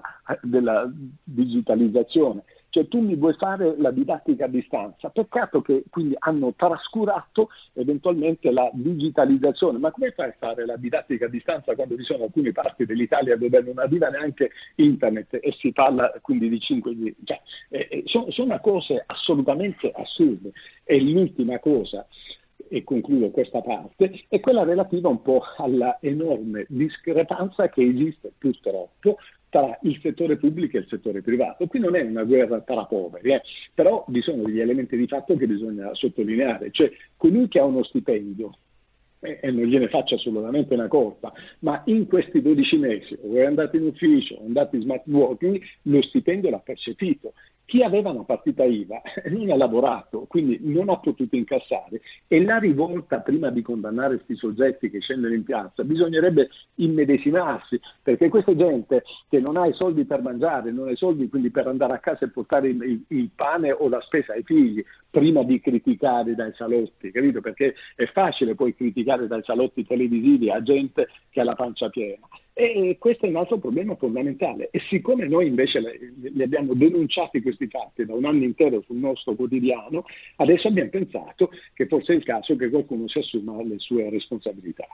digitalizzazione. Cioè tu mi vuoi fare la didattica a distanza, peccato che quindi hanno trascurato eventualmente la digitalizzazione. Ma come fai a fare la didattica a distanza quando ci sono alcune parti dell'Italia dove non arriva neanche internet e si parla quindi di 5G? Cioè, sono cose assolutamente assurde. E l'ultima cosa, e concludo questa parte, è quella relativa un po' alla enorme discrepanza che esiste purtroppo tra il settore pubblico e il settore privato. Qui non è una guerra tra poveri, però vi sono degli elementi di fatto che bisogna sottolineare, cioè colui che ha uno stipendio, e non gliene faccio assolutamente una colpa, ma in questi 12 mesi, o è andato in ufficio, o è andato in smart working, lo stipendio l'ha percepito. Chi aveva una partita IVA non ha lavorato, quindi non ha potuto incassare, e la rivolta, prima di condannare questi soggetti che scendono in piazza, bisognerebbe immedesimarsi, perché questa gente che non ha i soldi per mangiare, non ha i soldi quindi per andare a casa e portare il pane o la spesa ai figli, prima di criticare dai salotti, capito? Perché è facile poi criticare dai salotti televisivi a gente che ha la pancia piena. E questo è un altro problema fondamentale, e siccome noi invece li abbiamo denunciati questi fatti da un anno intero sul nostro quotidiano, adesso abbiamo pensato che forse è il caso che qualcuno si assuma le sue responsabilità.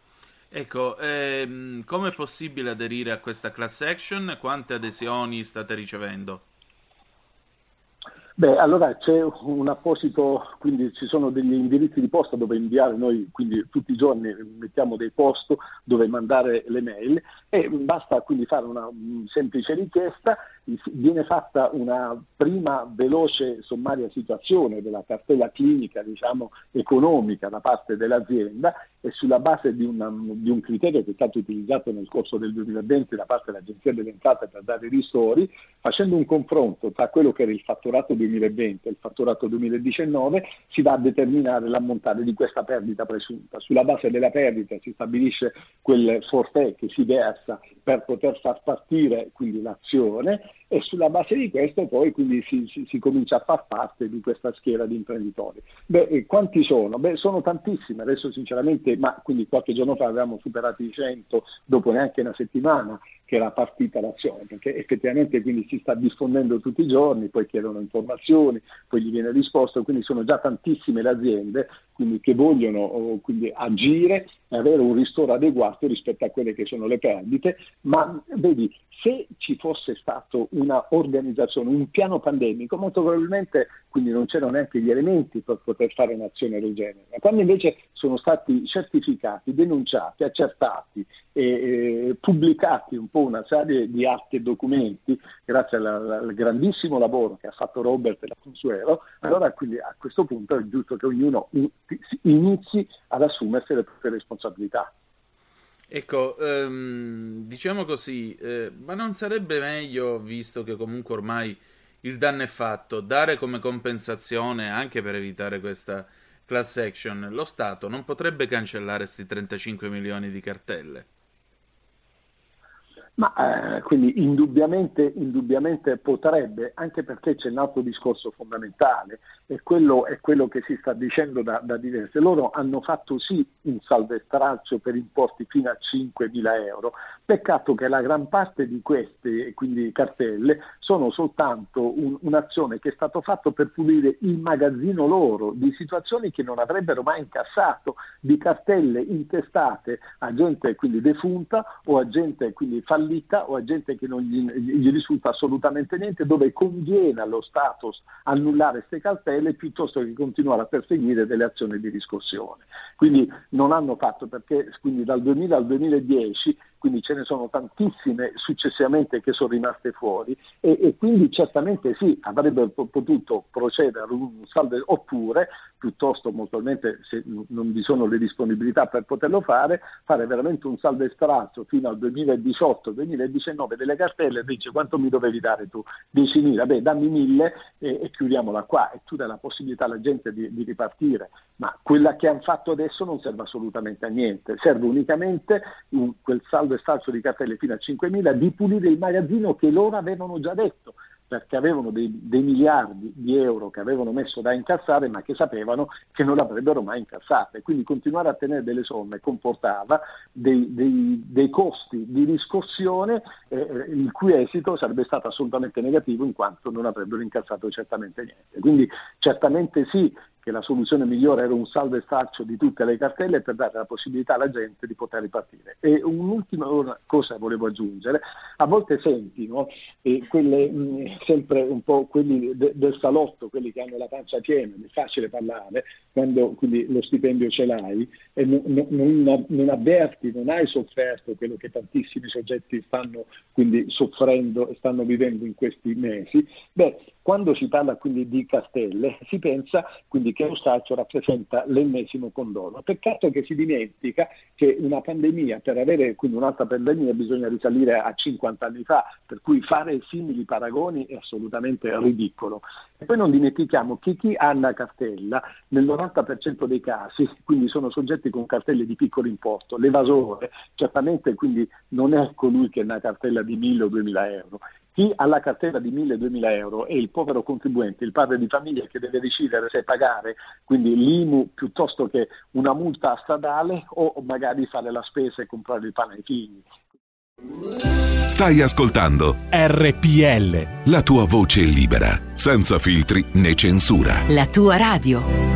Ecco, come è possibile aderire a questa class action? Quante adesioni state ricevendo? Beh, allora c'è un apposito, quindi ci sono degli indirizzi di posta dove inviare, noi quindi tutti i giorni mettiamo dei post dove mandare le mail, e basta quindi fare una semplice richiesta, viene fatta una prima veloce sommaria situazione della cartella clinica, diciamo, economica da parte dell'azienda, e sulla base di un criterio che è stato utilizzato nel corso del 2020 da parte dell'Agenzia delle Entrate per dare ristori, facendo un confronto tra quello che era il fatturato 2020 e il fatturato 2019, si va a determinare l'ammontare di questa perdita presunta. Sulla base della perdita si stabilisce quel forfait che si versa per poter far partire quindi l'azione, e sulla base di questo poi quindi si comincia a far parte di questa schiera di imprenditori. Beh, quanti sono? Beh, sono tantissimi, adesso sinceramente, ma quindi qualche giorno fa avevamo superato i 100, dopo neanche una settimana che era partita l'azione, perché effettivamente quindi si sta diffondendo tutti i giorni, poi chiedono informazioni, poi gli viene risposto, quindi sono già tantissime le aziende quindi che vogliono quindi agire e avere un ristoro adeguato rispetto a quelle che sono le perdite. Ma vedi, se ci fosse stato una organizzazione, un piano pandemico, molto probabilmente quindi non c'erano neanche gli elementi per poter fare un'azione del genere. Ma quando invece sono stati certificati, denunciati, accertati e pubblicati un po' una serie di atti e documenti, grazie al grandissimo lavoro che ha fatto Robert e la Consuelo, allora quindi a questo punto è giusto che ognuno inizi ad assumersi le proprie responsabilità. Ecco, diciamo così, ma non sarebbe meglio, visto che comunque ormai il danno è fatto, dare come compensazione, anche per evitare questa class action, lo Stato non potrebbe cancellare questi 35 milioni di cartelle? Ma quindi indubbiamente potrebbe, anche perché c'è un altro discorso fondamentale, e quello è quello che si sta dicendo da diverse. Loro hanno fatto sì un saldo e stralcio per importi fino a 5.000 euro, peccato che la gran parte di queste, quindi cartelle, sono soltanto un'azione che è stato fatto per pulire il magazzino loro di situazioni che non avrebbero mai incassato, di cartelle intestate a gente quindi defunta o a gente quindi fallita o a gente che non gli risulta assolutamente niente, dove conviene allo Stato annullare queste cartelle piuttosto che continuare a perseguire delle azioni di riscossione. Quindi non hanno fatto, perché quindi dal 2000 al 2010 quindi ce ne sono tantissime successivamente che sono rimaste fuori e quindi certamente sì, avrebbero potuto procedere ad un saldo, oppure piuttosto molto probabilmente, se non vi sono le disponibilità per poterlo fare veramente un saldo e stralcio fino al 2018-2019 delle cartelle, e dice: quanto mi dovevi dare tu? 10.000, beh dammi 1.000 e chiudiamola qua, e tu dai la possibilità alla gente di ripartire. Ma quella che hanno fatto adesso non serve assolutamente a niente, serve unicamente quel saldo e stralcio di cartelle fino a 5.000 di pulire il magazzino che loro avevano già detto, perché avevano dei miliardi di euro che avevano messo da incassare, ma che sapevano che non l'avrebbero mai incassate. Quindi continuare a tenere delle somme comportava dei costi di riscossione, il cui esito sarebbe stato assolutamente negativo, in quanto non avrebbero incassato certamente niente. Quindi certamente sì che la soluzione migliore era un saldo e stralcio di tutte le cartelle per dare la possibilità alla gente di poter ripartire. E un'ultima cosa volevo aggiungere: a volte senti, no? Sempre un po' quelli del salotto, quelli che hanno la pancia piena, è facile parlare, quando quindi lo stipendio ce l'hai e non avverti, non hai sofferto quello che tantissimi soggetti stanno quindi soffrendo e stanno vivendo in questi mesi. Quando si parla quindi di cartelle si pensa quindi che lo stralcio rappresenta l'ennesimo condono. Peccato che si dimentica che una pandemia, per avere quindi un'altra pandemia bisogna risalire a 50 anni fa, per cui fare simili paragoni è assolutamente ridicolo. E poi non dimentichiamo che chi ha una cartella nel 90% dei casi quindi sono soggetti con cartelle di piccolo importo. L'evasore certamente quindi non è colui che ha una cartella di 1.000 o 2.000 euro. Chi ha la cartella di 1.000-2.000 euro è il povero contribuente, il padre di famiglia che deve decidere se pagare quindi l'IMU piuttosto che una multa stradale o magari fare la spesa e comprare il pane ai figli. Stai ascoltando RPL, la tua voce libera, senza filtri né censura. La tua radio.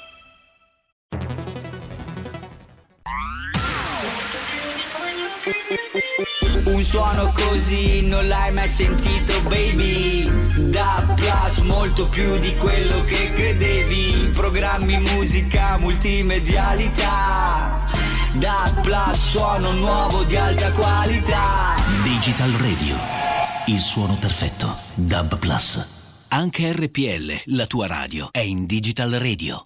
Un suono così non l'hai mai sentito, baby. Da Plus, molto più di quello che credevi. Programmi, musica, multimedialità. Da Plus, suono nuovo di alta qualità. Digital Radio, il suono perfetto. DAB Plus. Anche RPL, la tua radio, è in Digital Radio.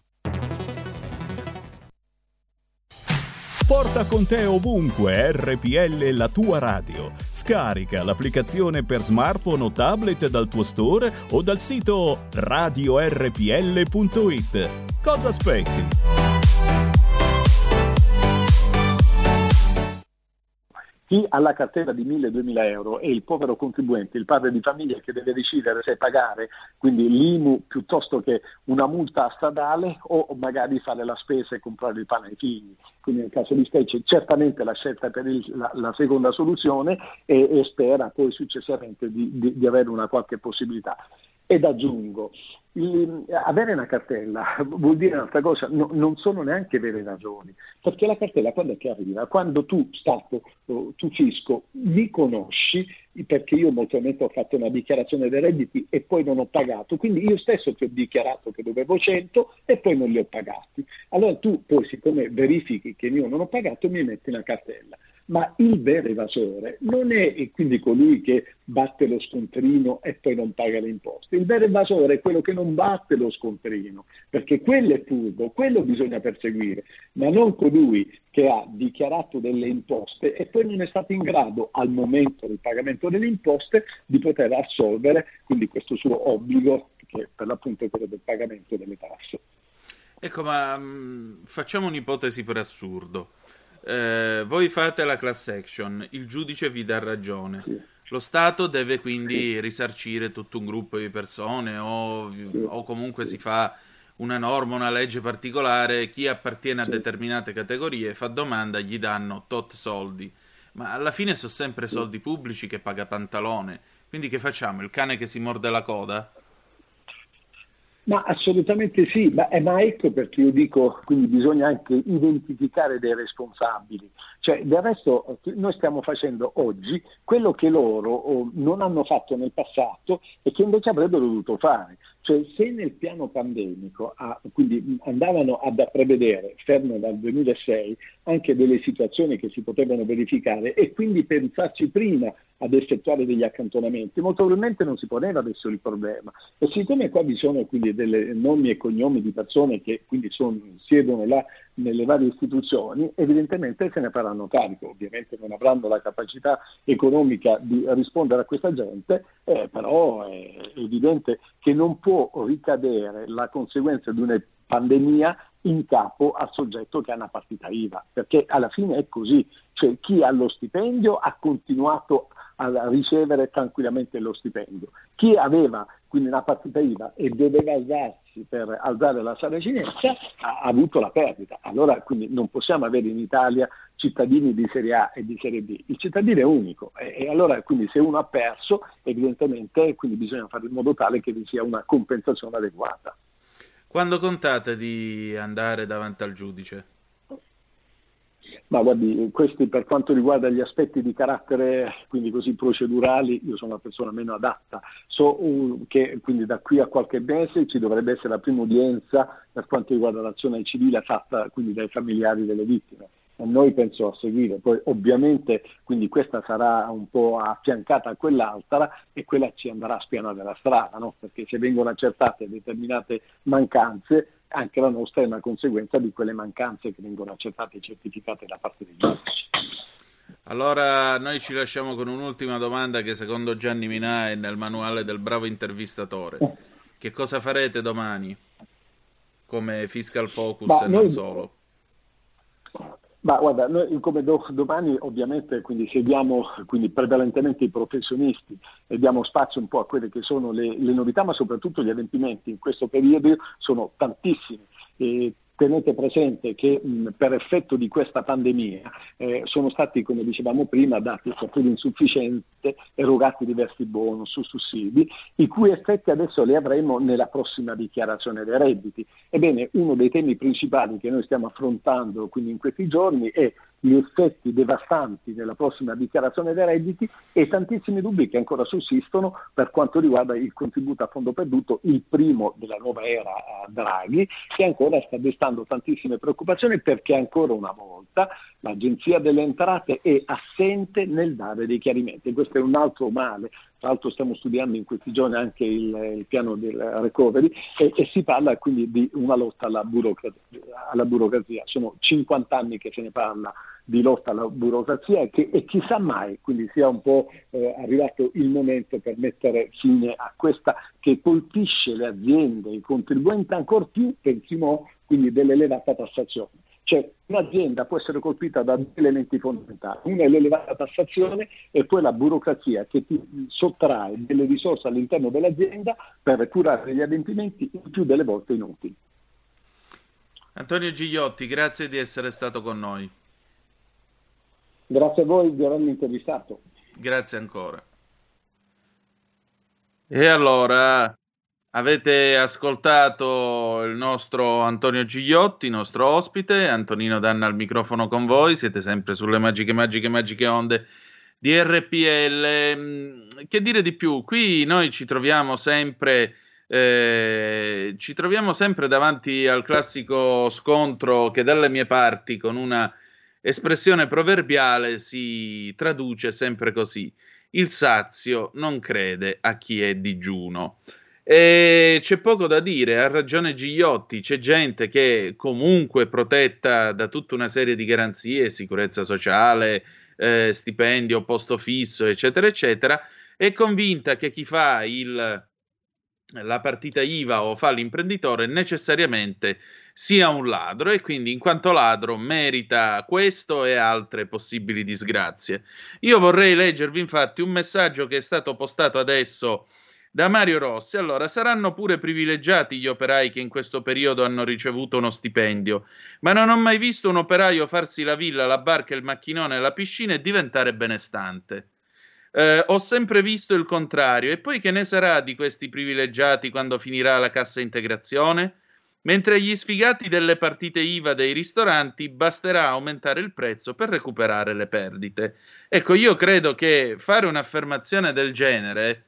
Porta con te ovunque RPL, la tua radio. Scarica l'applicazione per smartphone o tablet dal tuo store o dal sito radiorpl.it. Cosa aspetti? Chi ha la cartella di 1.000-2.000 euro è il povero contribuente, il padre di famiglia che deve decidere se pagare quindi l'IMU piuttosto che una multa stradale o magari fare la spesa e comprare il pane ai figli. Quindi nel caso di specie certamente la scelta per la seconda soluzione e spera poi successivamente di avere una qualche possibilità. Ed aggiungo, avere una cartella vuol dire un'altra cosa, non sono neanche vere ragioni, perché la cartella quando è che arriva? Quando tu Stato, tu fisco, mi conosci, perché io molto probabilmente ho fatto una dichiarazione dei redditi e poi non ho pagato, quindi io stesso ti ho dichiarato che dovevo 100 e poi non li ho pagati. Allora tu poi, siccome verifichi che io non ho pagato, mi metti una cartella. Ma il vero evasore non è quindi colui che batte lo scontrino e poi non paga le imposte. Il vero evasore è quello che non batte lo scontrino, perché quello è furbo, quello bisogna perseguire, ma non colui che ha dichiarato delle imposte e poi non è stato in grado al momento del pagamento delle imposte di poter assolvere quindi questo suo obbligo, che per l'appunto è quello del pagamento delle tasse. Ecco, ma facciamo un'ipotesi per assurdo. voi fate la class action, il giudice vi dà ragione. Lo Stato deve quindi risarcire tutto un gruppo di persone o comunque si fa una norma, una legge particolare, chi appartiene a determinate categorie fa domanda, gli danno tot soldi, ma alla fine sono sempre soldi pubblici che paga Pantalone, quindi che facciamo? Il cane che si morde la coda? Ma assolutamente sì, ma ecco perché io dico, quindi bisogna anche identificare dei responsabili. Cioè, del resto noi stiamo facendo oggi quello che loro non hanno fatto nel passato e che invece avrebbero dovuto fare. Cioè, se nel piano pandemico quindi andavano a prevedere, fermo dal 2006, anche delle situazioni che si potevano verificare e quindi pensarci prima ad effettuare degli accantonamenti, molto probabilmente non si poneva adesso il problema. E siccome qua vi sono quindi delle nomi e cognomi di persone che quindi siedono là nelle varie istituzioni, evidentemente se ne faranno carico. Ovviamente non avranno la capacità economica di rispondere a questa gente, però è evidente che non può ricadere la conseguenza di una pandemia in capo al soggetto che ha una partita IVA, perché alla fine è così, cioè chi ha lo stipendio ha continuato a ricevere tranquillamente lo stipendio, chi aveva quindi una partita IVA e doveva alzarsi per alzare la saracinesca ha avuto la perdita. Allora quindi non possiamo avere in Italia cittadini di serie A e di serie B, il cittadino è unico e allora quindi se uno ha perso evidentemente quindi bisogna fare in modo tale che vi sia una compensazione adeguata. Quando contate di andare davanti al giudice? Ma guardi, questi per quanto riguarda gli aspetti di carattere quindi così procedurali, io sono la persona meno adatta. So che quindi da qui a qualche mese ci dovrebbe essere la prima udienza per quanto riguarda l'azione civile fatta quindi dai familiari delle vittime. A noi penso a seguire, poi ovviamente quindi questa sarà un po' affiancata a quell'altra e quella ci andrà a spianare la strada, no? Perché se vengono accertate determinate mancanze, anche la nostra è una conseguenza di quelle mancanze che vengono accertate e certificate da parte dei giudici. Allora noi ci lasciamo con un'ultima domanda che secondo Gianni Minà è nel manuale del bravo intervistatore. Che cosa farete domani come Fiscal Focus e non solo? Ma guarda, noi come domani ovviamente quindi seguiamo quindi prevalentemente i professionisti e diamo spazio un po' a quelle che sono le novità, ma soprattutto gli adempimenti. In questo periodo sono tantissimi. Tenete presente che per effetto di questa pandemia sono stati, come dicevamo prima, dati seppur insufficiente, erogati diversi bonus, sussidi, i cui effetti adesso li avremo nella prossima dichiarazione dei redditi. Ebbene, uno dei temi principali che noi stiamo affrontando quindi in questi giorni è gli effetti devastanti della prossima dichiarazione dei redditi e tantissimi dubbi che ancora sussistono per quanto riguarda il contributo a fondo perduto, il primo della nuova era Draghi, che ancora sta destando tantissime preoccupazioni perché ancora una volta l'Agenzia delle Entrate è assente nel dare dei chiarimenti. Questo è un altro male. Tra l'altro stiamo studiando in questi giorni anche il piano del recovery e si parla quindi di una lotta alla burocrazia. Sono 50 anni che se ne parla di lotta alla burocrazia e chissà mai quindi sia un po' arrivato il momento per mettere fine a questa che colpisce le aziende, i contribuenti ancor più pensimo quindi dell'elevata tassazione. Cioè un'azienda può essere colpita da due elementi fondamentali, uno è l'elevata tassazione e poi la burocrazia che ti sottrae delle risorse all'interno dell'azienda per curare gli adempimenti il più delle volte inutili. Antonio Gigliotti, grazie di essere stato con noi. Grazie a voi di avermi intervistato. Grazie ancora. E allora, avete ascoltato il nostro Antonio Gigliotti, nostro ospite, Antonino Danna al microfono con voi, siete sempre sulle magiche onde di RPL. Che dire di più? Qui noi ci troviamo sempre davanti al classico scontro che dalle mie parti con una espressione proverbiale si traduce sempre così: il sazio non crede a chi è digiuno. E c'è poco da dire, ha ragione Gigliotti, c'è gente che comunque protetta da tutta una serie di garanzie, sicurezza sociale, stipendio, posto fisso, eccetera, eccetera, è convinta che chi fa il la partita IVA o fa l'imprenditore necessariamente sia un ladro, e quindi in quanto ladro merita questo e altre possibili disgrazie. Io vorrei leggervi infatti un messaggio che è stato postato adesso da Mario Rossi. Allora, saranno pure privilegiati gli operai che in questo periodo hanno ricevuto uno stipendio, ma non ho mai visto un operaio farsi la villa, la barca, il macchinone, la piscina e diventare benestante. Ho sempre visto il contrario. E poi che ne sarà di questi privilegiati quando finirà la cassa integrazione? Mentre gli sfigati delle partite IVA dei ristoranti basterà aumentare il prezzo per recuperare le perdite. Ecco, io credo che fare un'affermazione del genere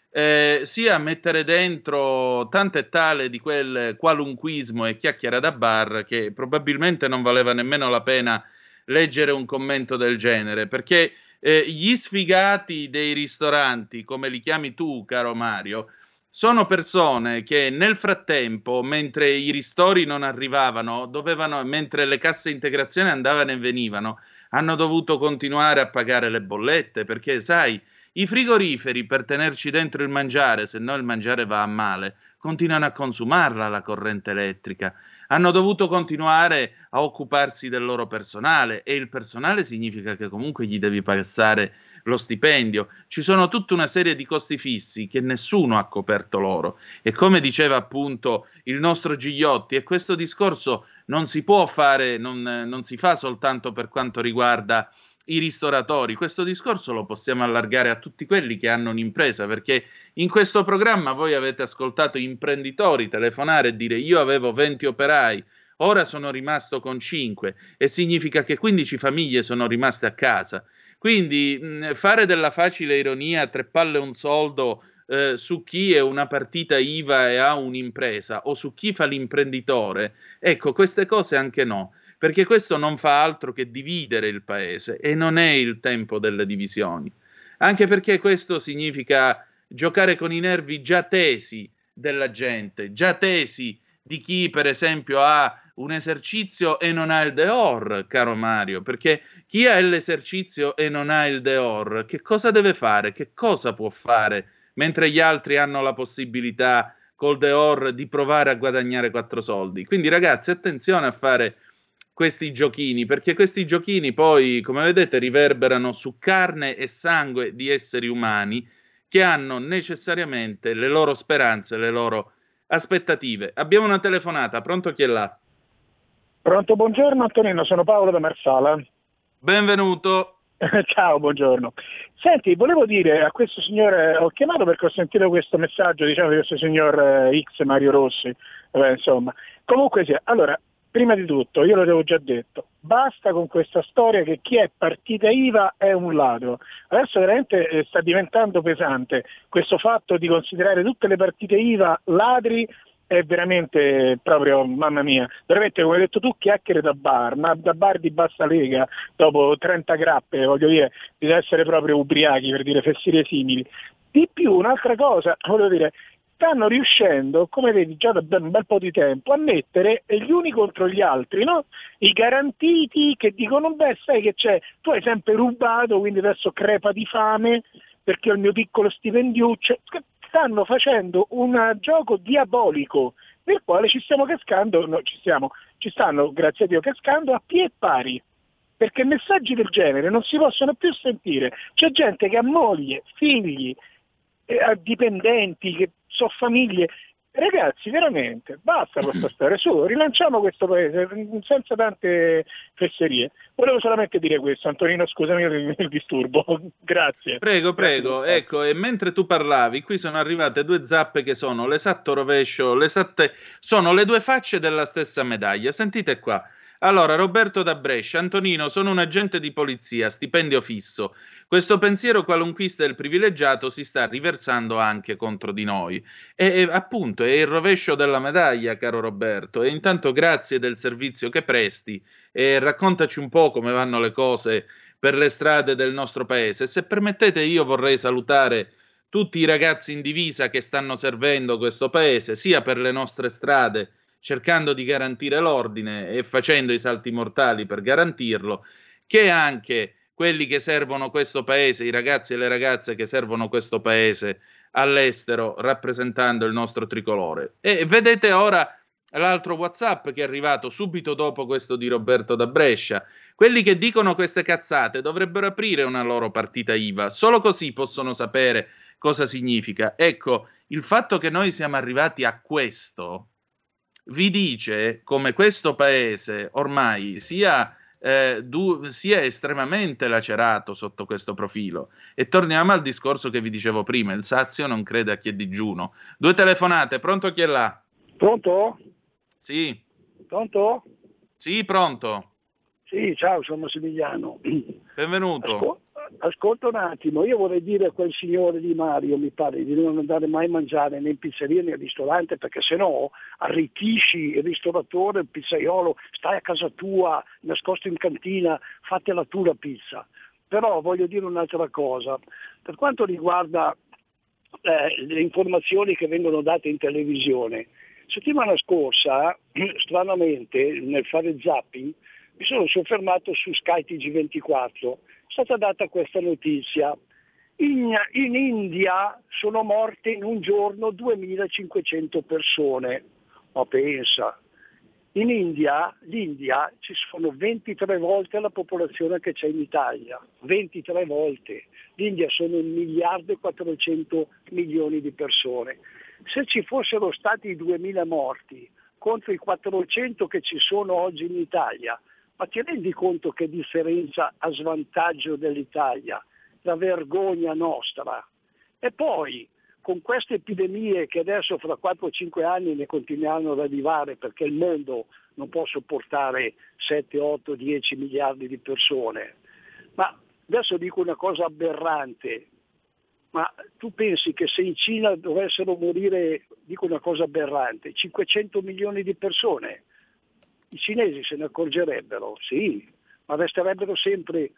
sia mettere dentro tante e tale di quel qualunquismo e chiacchiera da bar che probabilmente non valeva nemmeno la pena leggere un commento del genere, perché gli sfigati dei ristoranti, come li chiami tu, caro Mario, sono persone che nel frattempo, mentre i ristori non arrivavano, mentre le casse integrazione andavano e venivano, hanno dovuto continuare a pagare le bollette, perché sai, i frigoriferi per tenerci dentro il mangiare, se no il mangiare va a male, continuano a consumarla la corrente elettrica. Hanno dovuto continuare a occuparsi del loro personale, e il personale significa che comunque gli devi passare lo stipendio. Ci sono tutta una serie di costi fissi che nessuno ha coperto loro, e come diceva appunto il nostro Gigliotti, e questo discorso non si può fare, non si fa soltanto per quanto riguarda i ristoratori, questo discorso lo possiamo allargare a tutti quelli che hanno un'impresa, perché in questo programma voi avete ascoltato imprenditori telefonare e dire: io avevo 20 operai, ora sono rimasto con 5, e significa che 15 famiglie sono rimaste a casa. Quindi fare della facile ironia, 3 palle e un soldo su chi è una partita IVA e ha un'impresa, o su chi fa l'imprenditore, ecco, queste cose anche no, perché questo non fa altro che dividere il paese, e non è il tempo delle divisioni, anche perché questo significa giocare con i nervi già tesi della gente, già tesi di chi per esempio ha un esercizio e non ha il Deor, caro Mario, perché chi ha l'esercizio e non ha il Deor, che cosa deve fare, che cosa può fare, mentre gli altri hanno la possibilità col Deor di provare a guadagnare 4 soldi. Quindi ragazzi, attenzione a fare questi giochini, perché questi giochini poi, come vedete, riverberano su carne e sangue di esseri umani che hanno necessariamente le loro speranze, le loro aspettative. Abbiamo una telefonata, pronto, chi è là? Pronto, buongiorno Antonino, sono Paolo da Marsala. Benvenuto. Ciao, buongiorno. Senti, volevo dire a questo signore, ho chiamato perché ho sentito questo messaggio, diciamo, di questo signor X Mario Rossi, insomma. Comunque sia, allora, prima di tutto, io l'avevo già detto, basta con questa storia che chi è partita IVA è un ladro. Adesso veramente sta diventando pesante questo fatto di considerare tutte le partite IVA ladri, è veramente proprio, mamma mia, veramente come hai detto tu, chiacchiere da bar, ma da bar di bassa lega, dopo 30 grappe, voglio dire, bisogna essere proprio ubriachi per dire fesserie simili. Di più, un'altra cosa, voglio dire, stanno riuscendo, come vedi già da un bel po' di tempo, a mettere gli uni contro gli altri, no? I garantiti che dicono: beh, sai che c'è, tu hai sempre rubato, quindi adesso crepa di fame perché ho il mio piccolo stipendiuccio. Stanno facendo un gioco diabolico nel quale ci stiamo cascando, ci stanno, grazie a Dio, cascando a piè pari, perché messaggi del genere non si possono più sentire. C'è gente che ha moglie, figli, dipendenti, che sono famiglie. Ragazzi, veramente, basta questa storia, su, rilanciamo questo paese senza tante fesserie. Volevo solamente dire questo, Antonino, scusami il disturbo, grazie. Prego, ecco, e mentre tu parlavi, qui sono arrivate 2 zappe che sono l'esatto rovescio, sono le 2 facce della stessa medaglia, sentite qua. Allora, Roberto da Brescia: Antonino, sono un agente di polizia, stipendio fisso. Questo pensiero qualunquista del privilegiato si sta riversando anche contro di noi. E appunto è il rovescio della medaglia, caro Roberto. E intanto grazie del servizio che presti, e raccontaci un po' come vanno le cose per le strade del nostro paese. Se permettete, io vorrei salutare tutti i ragazzi in divisa che stanno servendo questo paese, sia per le nostre strade, cercando di garantire l'ordine e facendo i salti mortali per garantirlo, che anche quelli che servono questo paese, i ragazzi e le ragazze che servono questo paese all'estero rappresentando il nostro tricolore. E vedete ora l'altro WhatsApp che è arrivato subito dopo questo di Roberto da Brescia. Quelli che dicono queste cazzate dovrebbero aprire una loro partita IVA, solo così possono sapere cosa significa. Ecco, il fatto che noi siamo arrivati a questo vi dice come questo paese ormai sia estremamente lacerato sotto questo profilo. E torniamo al discorso che vi dicevo prima, il sazio non crede a chi è digiuno. 2 telefonate, pronto, chi è là? Pronto? Sì. Pronto? Sì, pronto. Sì, ciao, sono Massimiliano. Benvenuto. Ascolta un attimo, io vorrei dire a quel signore di Mario, mi pare, di non andare mai a mangiare né in pizzeria né al ristorante, perché sennò arricchisci il ristoratore, il pizzaiolo, stai a casa tua, nascosto in cantina, fatela tu la pizza. Però voglio dire un'altra cosa, per quanto riguarda le informazioni che vengono date in televisione, settimana scorsa, stranamente, nel fare zapping, mi sono soffermato su Sky TG24, è stata data questa notizia. In India sono morte in un giorno 2500 persone, ma pensa, l'India ci sono 23 volte la popolazione che c'è in Italia, 23 volte. L'India sono 1.400 milioni di persone. Se ci fossero stati 2000 morti contro i 400 che ci sono oggi in Italia, ma ti rendi conto che differenza a svantaggio dell'Italia, la vergogna nostra? E poi con queste epidemie che adesso fra 4-5 anni ne continueranno ad arrivare, perché il mondo non può sopportare 7, 8, 10 miliardi di persone. Ma adesso dico una cosa aberrante, ma tu pensi che se in Cina dovessero morire, dico una cosa aberrante, 500 milioni di persone, i cinesi se ne accorgerebbero? Sì, ma resterebbero sempre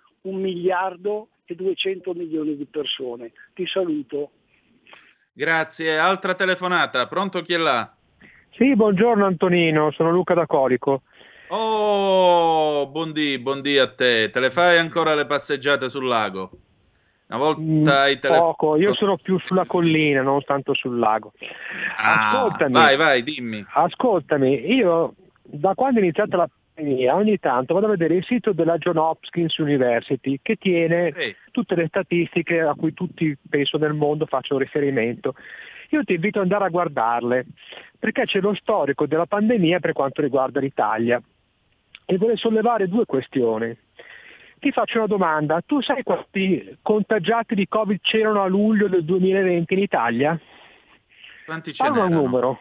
1.200 milioni di persone. Ti saluto. Grazie. Altra telefonata. Pronto, chi è là? Sì, buongiorno Antonino, sono Luca da Colico. Oh, buondì a te. Te le fai ancora le passeggiate sul lago? Una volta hai poco, io sono più sulla collina, non tanto sul lago. Ascoltami. Vai, dimmi. Ascoltami, io da quando è iniziata la pandemia ogni tanto vado a vedere il sito della Johns Hopkins University che tiene tutte le statistiche a cui tutti, penso, nel mondo facciano riferimento. Io ti invito ad andare a guardarle, perché c'è lo storico della pandemia per quanto riguarda l'Italia. E vorrei sollevare 2 questioni. Ti faccio una domanda, tu sai quanti contagiati di Covid c'erano a luglio del 2020 in Italia? Quanti ce n'erano? Un numero.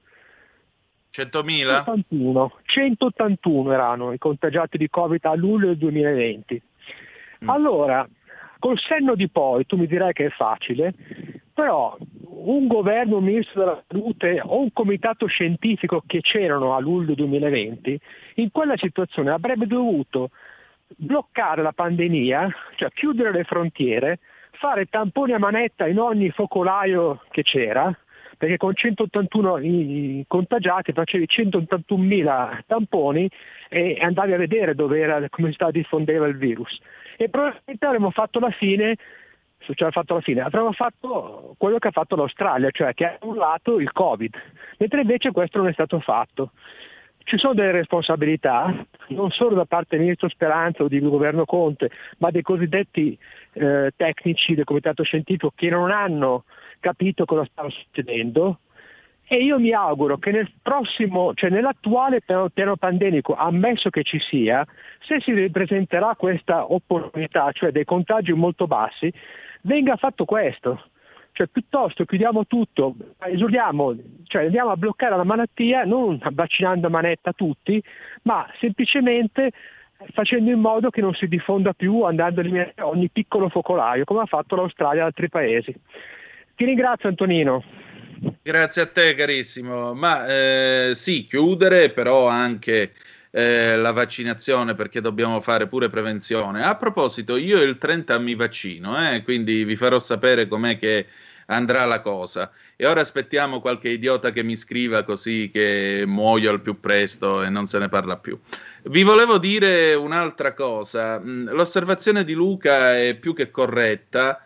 100.000? 181 erano i contagiati di Covid a luglio del 2020. Allora, col senno di poi, tu mi dirai che è facile, però un governo, un ministro della salute o un comitato scientifico che c'erano a luglio 2020, in quella situazione avrebbe dovuto bloccare la pandemia, cioè chiudere le frontiere, fare tamponi a manetta in ogni focolaio che c'era, perché con 181 contagiati facevi 181.000 tamponi e andavi a vedere dove era, come si diffondeva il virus. E probabilmente avremmo fatto la fine, avremmo fatto quello che ha fatto l'Australia, cioè che ha annullato il Covid, mentre invece questo non è stato fatto. Ci sono delle responsabilità, non solo da parte del ministro Speranza o del governo Conte, ma dei cosiddetti tecnici del comitato scientifico che non hanno capito cosa stava succedendo, e io mi auguro che nel prossimo, cioè nell'attuale piano pandemico, ammesso che ci sia, se si ripresenterà questa opportunità, cioè dei contagi molto bassi, venga fatto questo. Cioè piuttosto chiudiamo tutto, esuriamo, cioè andiamo a bloccare la malattia non vaccinando a manetta tutti, ma semplicemente facendo in modo che non si diffonda più, andando a eliminare ogni piccolo focolaio, come ha fatto l'Australia e altri paesi. Ti ringrazio Antonino. Grazie a te carissimo, ma sì, chiudere però anche la vaccinazione, perché dobbiamo fare pure prevenzione. A proposito, io il 30 mi vaccino, quindi vi farò sapere com'è che andrà la cosa, e ora aspettiamo qualche idiota che mi scriva così che muoio al più presto e non se ne parla più. Vi volevo dire un'altra cosa, l'osservazione di Luca è più che corretta,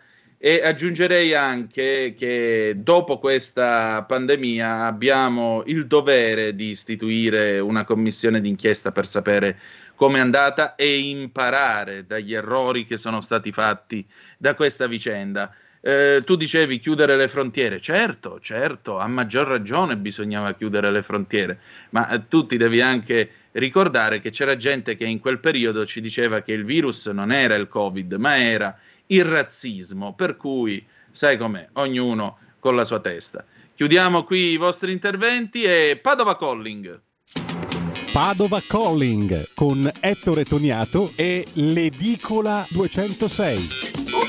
E aggiungerei anche che dopo questa pandemia abbiamo il dovere di istituire una commissione d'inchiesta per sapere come è andata e imparare dagli errori che sono stati fatti da questa vicenda. Tu dicevi chiudere le frontiere, certo, a maggior ragione bisognava chiudere le frontiere, ma tu ti devi anche ricordare che c'era gente che in quel periodo ci diceva che il virus non era il Covid, ma era il razzismo, per cui sai com'è, ognuno con la sua testa. Chiudiamo qui i vostri interventi e Padova Calling. Padova Calling con Ettore Toniato e l'Edicola 206.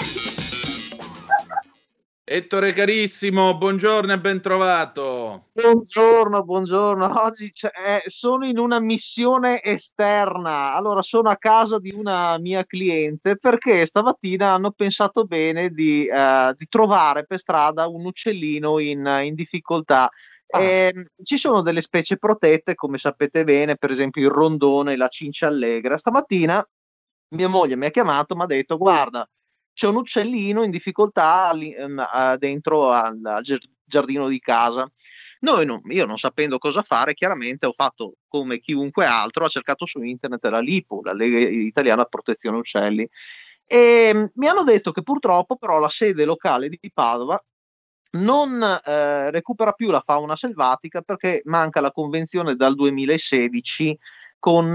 Ettore carissimo, buongiorno e ben trovato. Buongiorno. Oggi sono in una missione esterna. Allora, sono a casa di una mia cliente perché stamattina hanno pensato bene di trovare per strada un uccellino in difficoltà. Ci sono delle specie protette, come sapete bene, per esempio il rondone, la cincia allegra. Stamattina mia moglie mi ha chiamato, mi ha detto: guarda, c'è un uccellino in difficoltà dentro al giardino di casa. Io non sapendo cosa fare, chiaramente ho fatto come chiunque altro, ho cercato su internet la LIPU, la Lega Italiana Protezione Uccelli, e mi hanno detto che purtroppo però la sede locale di Padova non recupera più la fauna selvatica perché manca la convenzione dal 2016 con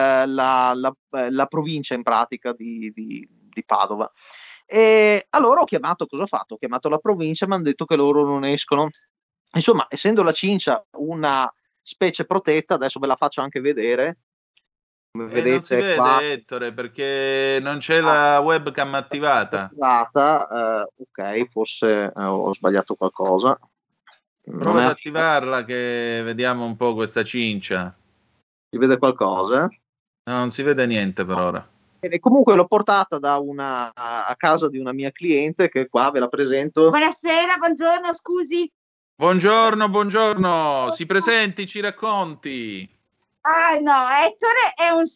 la provincia in pratica di Padova. E allora ho chiamato la provincia e mi hanno detto che loro non escono. Insomma, essendo la cincia una specie protetta, adesso ve la faccio anche vedere. Come vedete, non si vede qua, Ettore, perché non c'è la webcam attivata. Ok, forse ho sbagliato qualcosa. Prova ad attivarla che vediamo un po' questa cincia. Si vede qualcosa? No, non si vede niente per ora. E comunque l'ho portata a casa di una mia cliente che qua ve la presento. Buonasera, buongiorno, scusi. Buongiorno, si presenti, ci racconti. Ah no, Ettore è un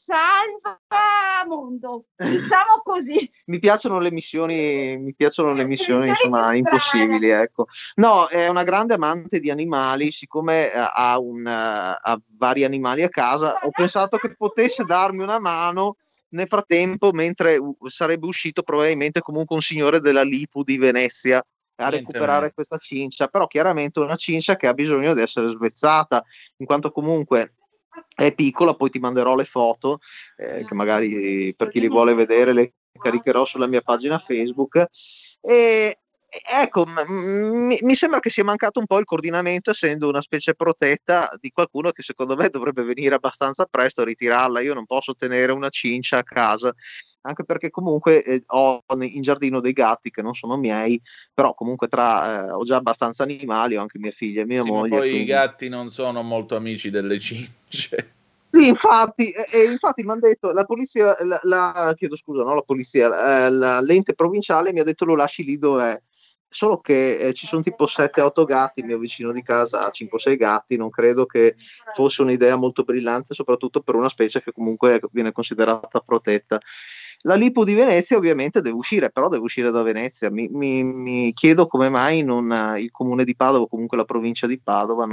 salvamondo, diciamo così. Mi piacciono le missioni insomma impossibili, ecco. No, è una grande amante di animali, siccome ha vari animali a casa, ho pensato che potesse darmi una mano nel frattempo, mentre sarebbe uscito probabilmente comunque un signore della LIPU di Venezia a recuperare questa cincia, però chiaramente una cincia che ha bisogno di essere svezzata, in quanto comunque è piccola. Poi ti manderò le foto che magari per chi li vuole vedere le caricherò sulla mia pagina Facebook. E ecco, mi sembra che sia mancato un po' il coordinamento, essendo una specie protetta, di qualcuno che secondo me dovrebbe venire abbastanza presto a ritirarla. Io non posso tenere una cincia a casa, anche perché comunque ho in giardino dei gatti che non sono miei, però comunque ho già abbastanza animali, ho anche mia figlia e mia moglie. Ma poi quindi... i gatti non sono molto amici delle cince. Sì, infatti mi hanno detto la polizia, chiedo scusa, no, la polizia, l'ente provinciale mi ha detto lo lasci lì dov'è. Solo che ci sono tipo 7-8 gatti, il mio vicino di casa ha 5-6 gatti, non credo che fosse un'idea molto brillante, soprattutto per una specie che comunque viene considerata protetta. La LIPU di Venezia ovviamente deve uscire, però deve uscire da Venezia. Mi chiedo come mai il comune di Padova, o comunque la provincia di Padova,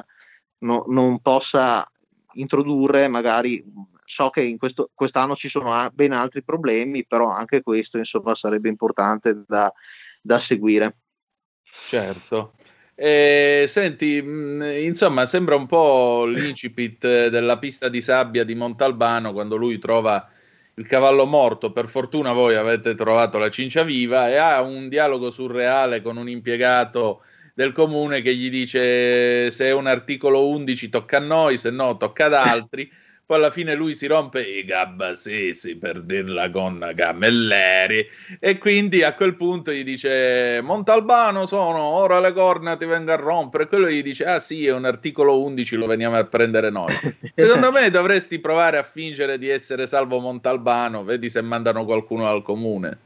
non possa introdurre, magari, so che quest'anno ci sono ben altri problemi, però anche questo insomma sarebbe importante da seguire. Certo. Senti, insomma, sembra un po' l'incipit della pista di sabbia di Montalbano, quando lui trova il cavallo morto. Per fortuna voi avete trovato la cincia viva, e ha un dialogo surreale con un impiegato del comune che gli dice: se è un articolo 11 tocca a noi, se no tocca ad altri. Poi alla fine lui si rompe i gabbasesi, per dirla con Camilleri, e quindi a quel punto gli dice: Montalbano sono, ora le corna ti vengo a rompere. E quello gli dice: ah sì, è un articolo 11, lo veniamo a prendere noi. Secondo me dovresti provare a fingere di essere Salvo Montalbano, vedi se mandano qualcuno al comune.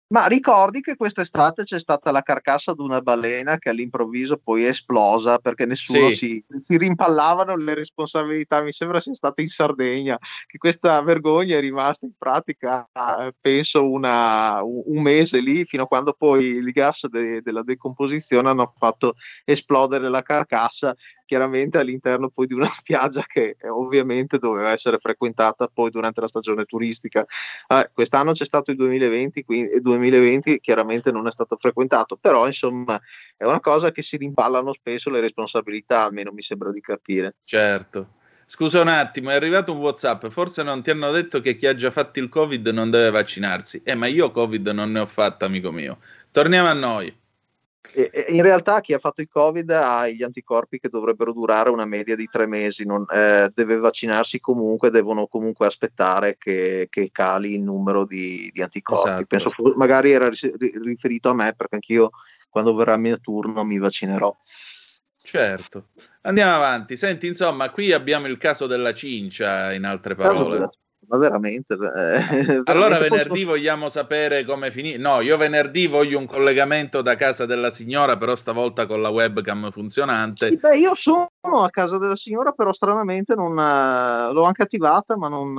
Ma ricordi che quest'estate c'è stata la carcassa di una balena che all'improvviso poi è esplosa perché nessuno si rimpallavano le responsabilità. Mi sembra sia stata in Sardegna, che questa vergogna è rimasta in pratica penso un mese lì, fino a quando poi il gas della decomposizione hanno fatto esplodere la carcassa, chiaramente all'interno poi di una spiaggia che ovviamente doveva essere frequentata poi durante la stagione turistica. Quest'anno c'è stato il 2020, quindi il 2020 chiaramente non è stato frequentato, però insomma è una cosa che si rimpallano spesso le responsabilità, almeno mi sembra di capire. Certo. Scusa un attimo, è arrivato un WhatsApp, forse non ti hanno detto che chi ha già fatto il Covid non deve vaccinarsi. Ma io Covid non ne ho fatto, amico mio. Torniamo a noi. In realtà chi ha fatto il Covid ha gli anticorpi che dovrebbero durare una media di 3 mesi, deve vaccinarsi comunque, devono comunque aspettare che cali il numero di anticorpi. Esatto. Penso magari era riferito a me, perché anch'io quando verrà il mio turno mi vaccinerò. Certo, andiamo avanti. Senti, insomma, qui abbiamo il caso della cincia, in altre parole. Ma veramente, allora venerdì vogliamo sapere come finì. No, io venerdì voglio un collegamento da casa della signora, però stavolta con la webcam funzionante. Sì, io sono a casa della signora, però stranamente non l'ho anche attivata, ma non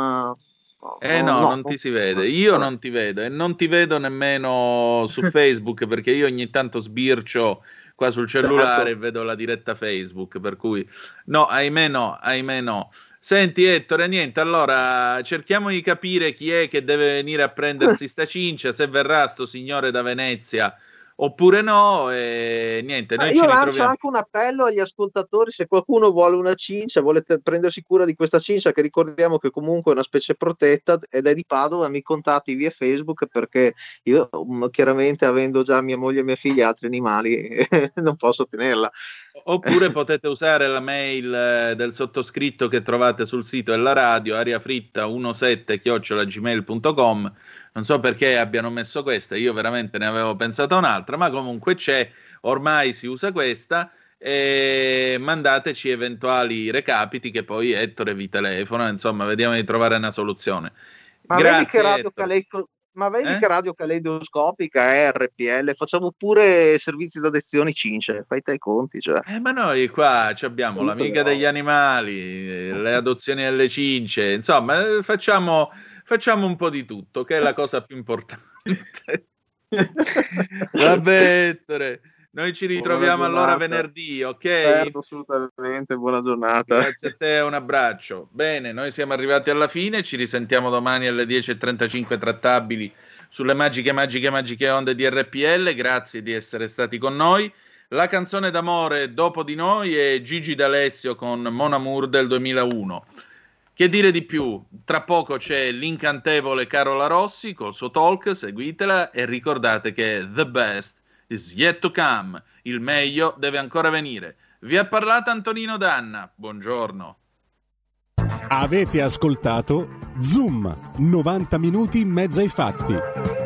non ti si vede. Io non ti vedo e non ti vedo nemmeno su Facebook, perché io ogni tanto sbircio qua sul cellulare e vedo la diretta Facebook, per cui ahimè no. Senti Ettore, niente, allora cerchiamo di capire chi è che deve venire a prendersi sta cincia, se verrà sto signore da Venezia oppure no, e niente, noi io lancio anche un appello agli ascoltatori: se qualcuno vuole una cincia, vuole prendersi cura di questa cincia, che ricordiamo che comunque è una specie protetta ed è di Padova, mi contatti via Facebook, perché io chiaramente, avendo già mia moglie e mia figlia e altri animali, non posso tenerla. Oppure potete usare la mail del sottoscritto che trovate sul sito della radio, ariafritta17@gmail.com. Non so perché abbiano messo questa, io veramente ne avevo pensata un'altra, ma comunque c'è, ormai si usa questa, e mandateci eventuali recapiti che poi Ettore vi telefona, insomma vediamo di trovare una soluzione. Ma Grazie, vedi che radio caleidoscopica è RPL, facciamo pure servizi d'adozione cince, fai te i conti, cioè. Ma noi qua abbiamo l'amica degli animali, le adozioni delle cince, insomma facciamo un po' di tutto, che è la cosa più importante. Vabbè, Ettore, noi ci ritroviamo allora venerdì, ok? Certo, assolutamente, buona giornata. Grazie a te, un abbraccio. Bene, noi siamo arrivati alla fine, ci risentiamo domani alle 10:35 trattabili sulle magiche onde di RPL. Grazie di essere stati con noi. La canzone d'amore dopo di noi è Gigi D'Alessio con Mon Amour del 2001. Che dire di più? Tra poco c'è l'incantevole Carola Rossi col suo talk, seguitela e ricordate che the best is yet to come, il meglio deve ancora venire. Vi ha parlato Antonino Danna, buongiorno. Avete ascoltato Zoom, 90 minuti in mezzo ai fatti.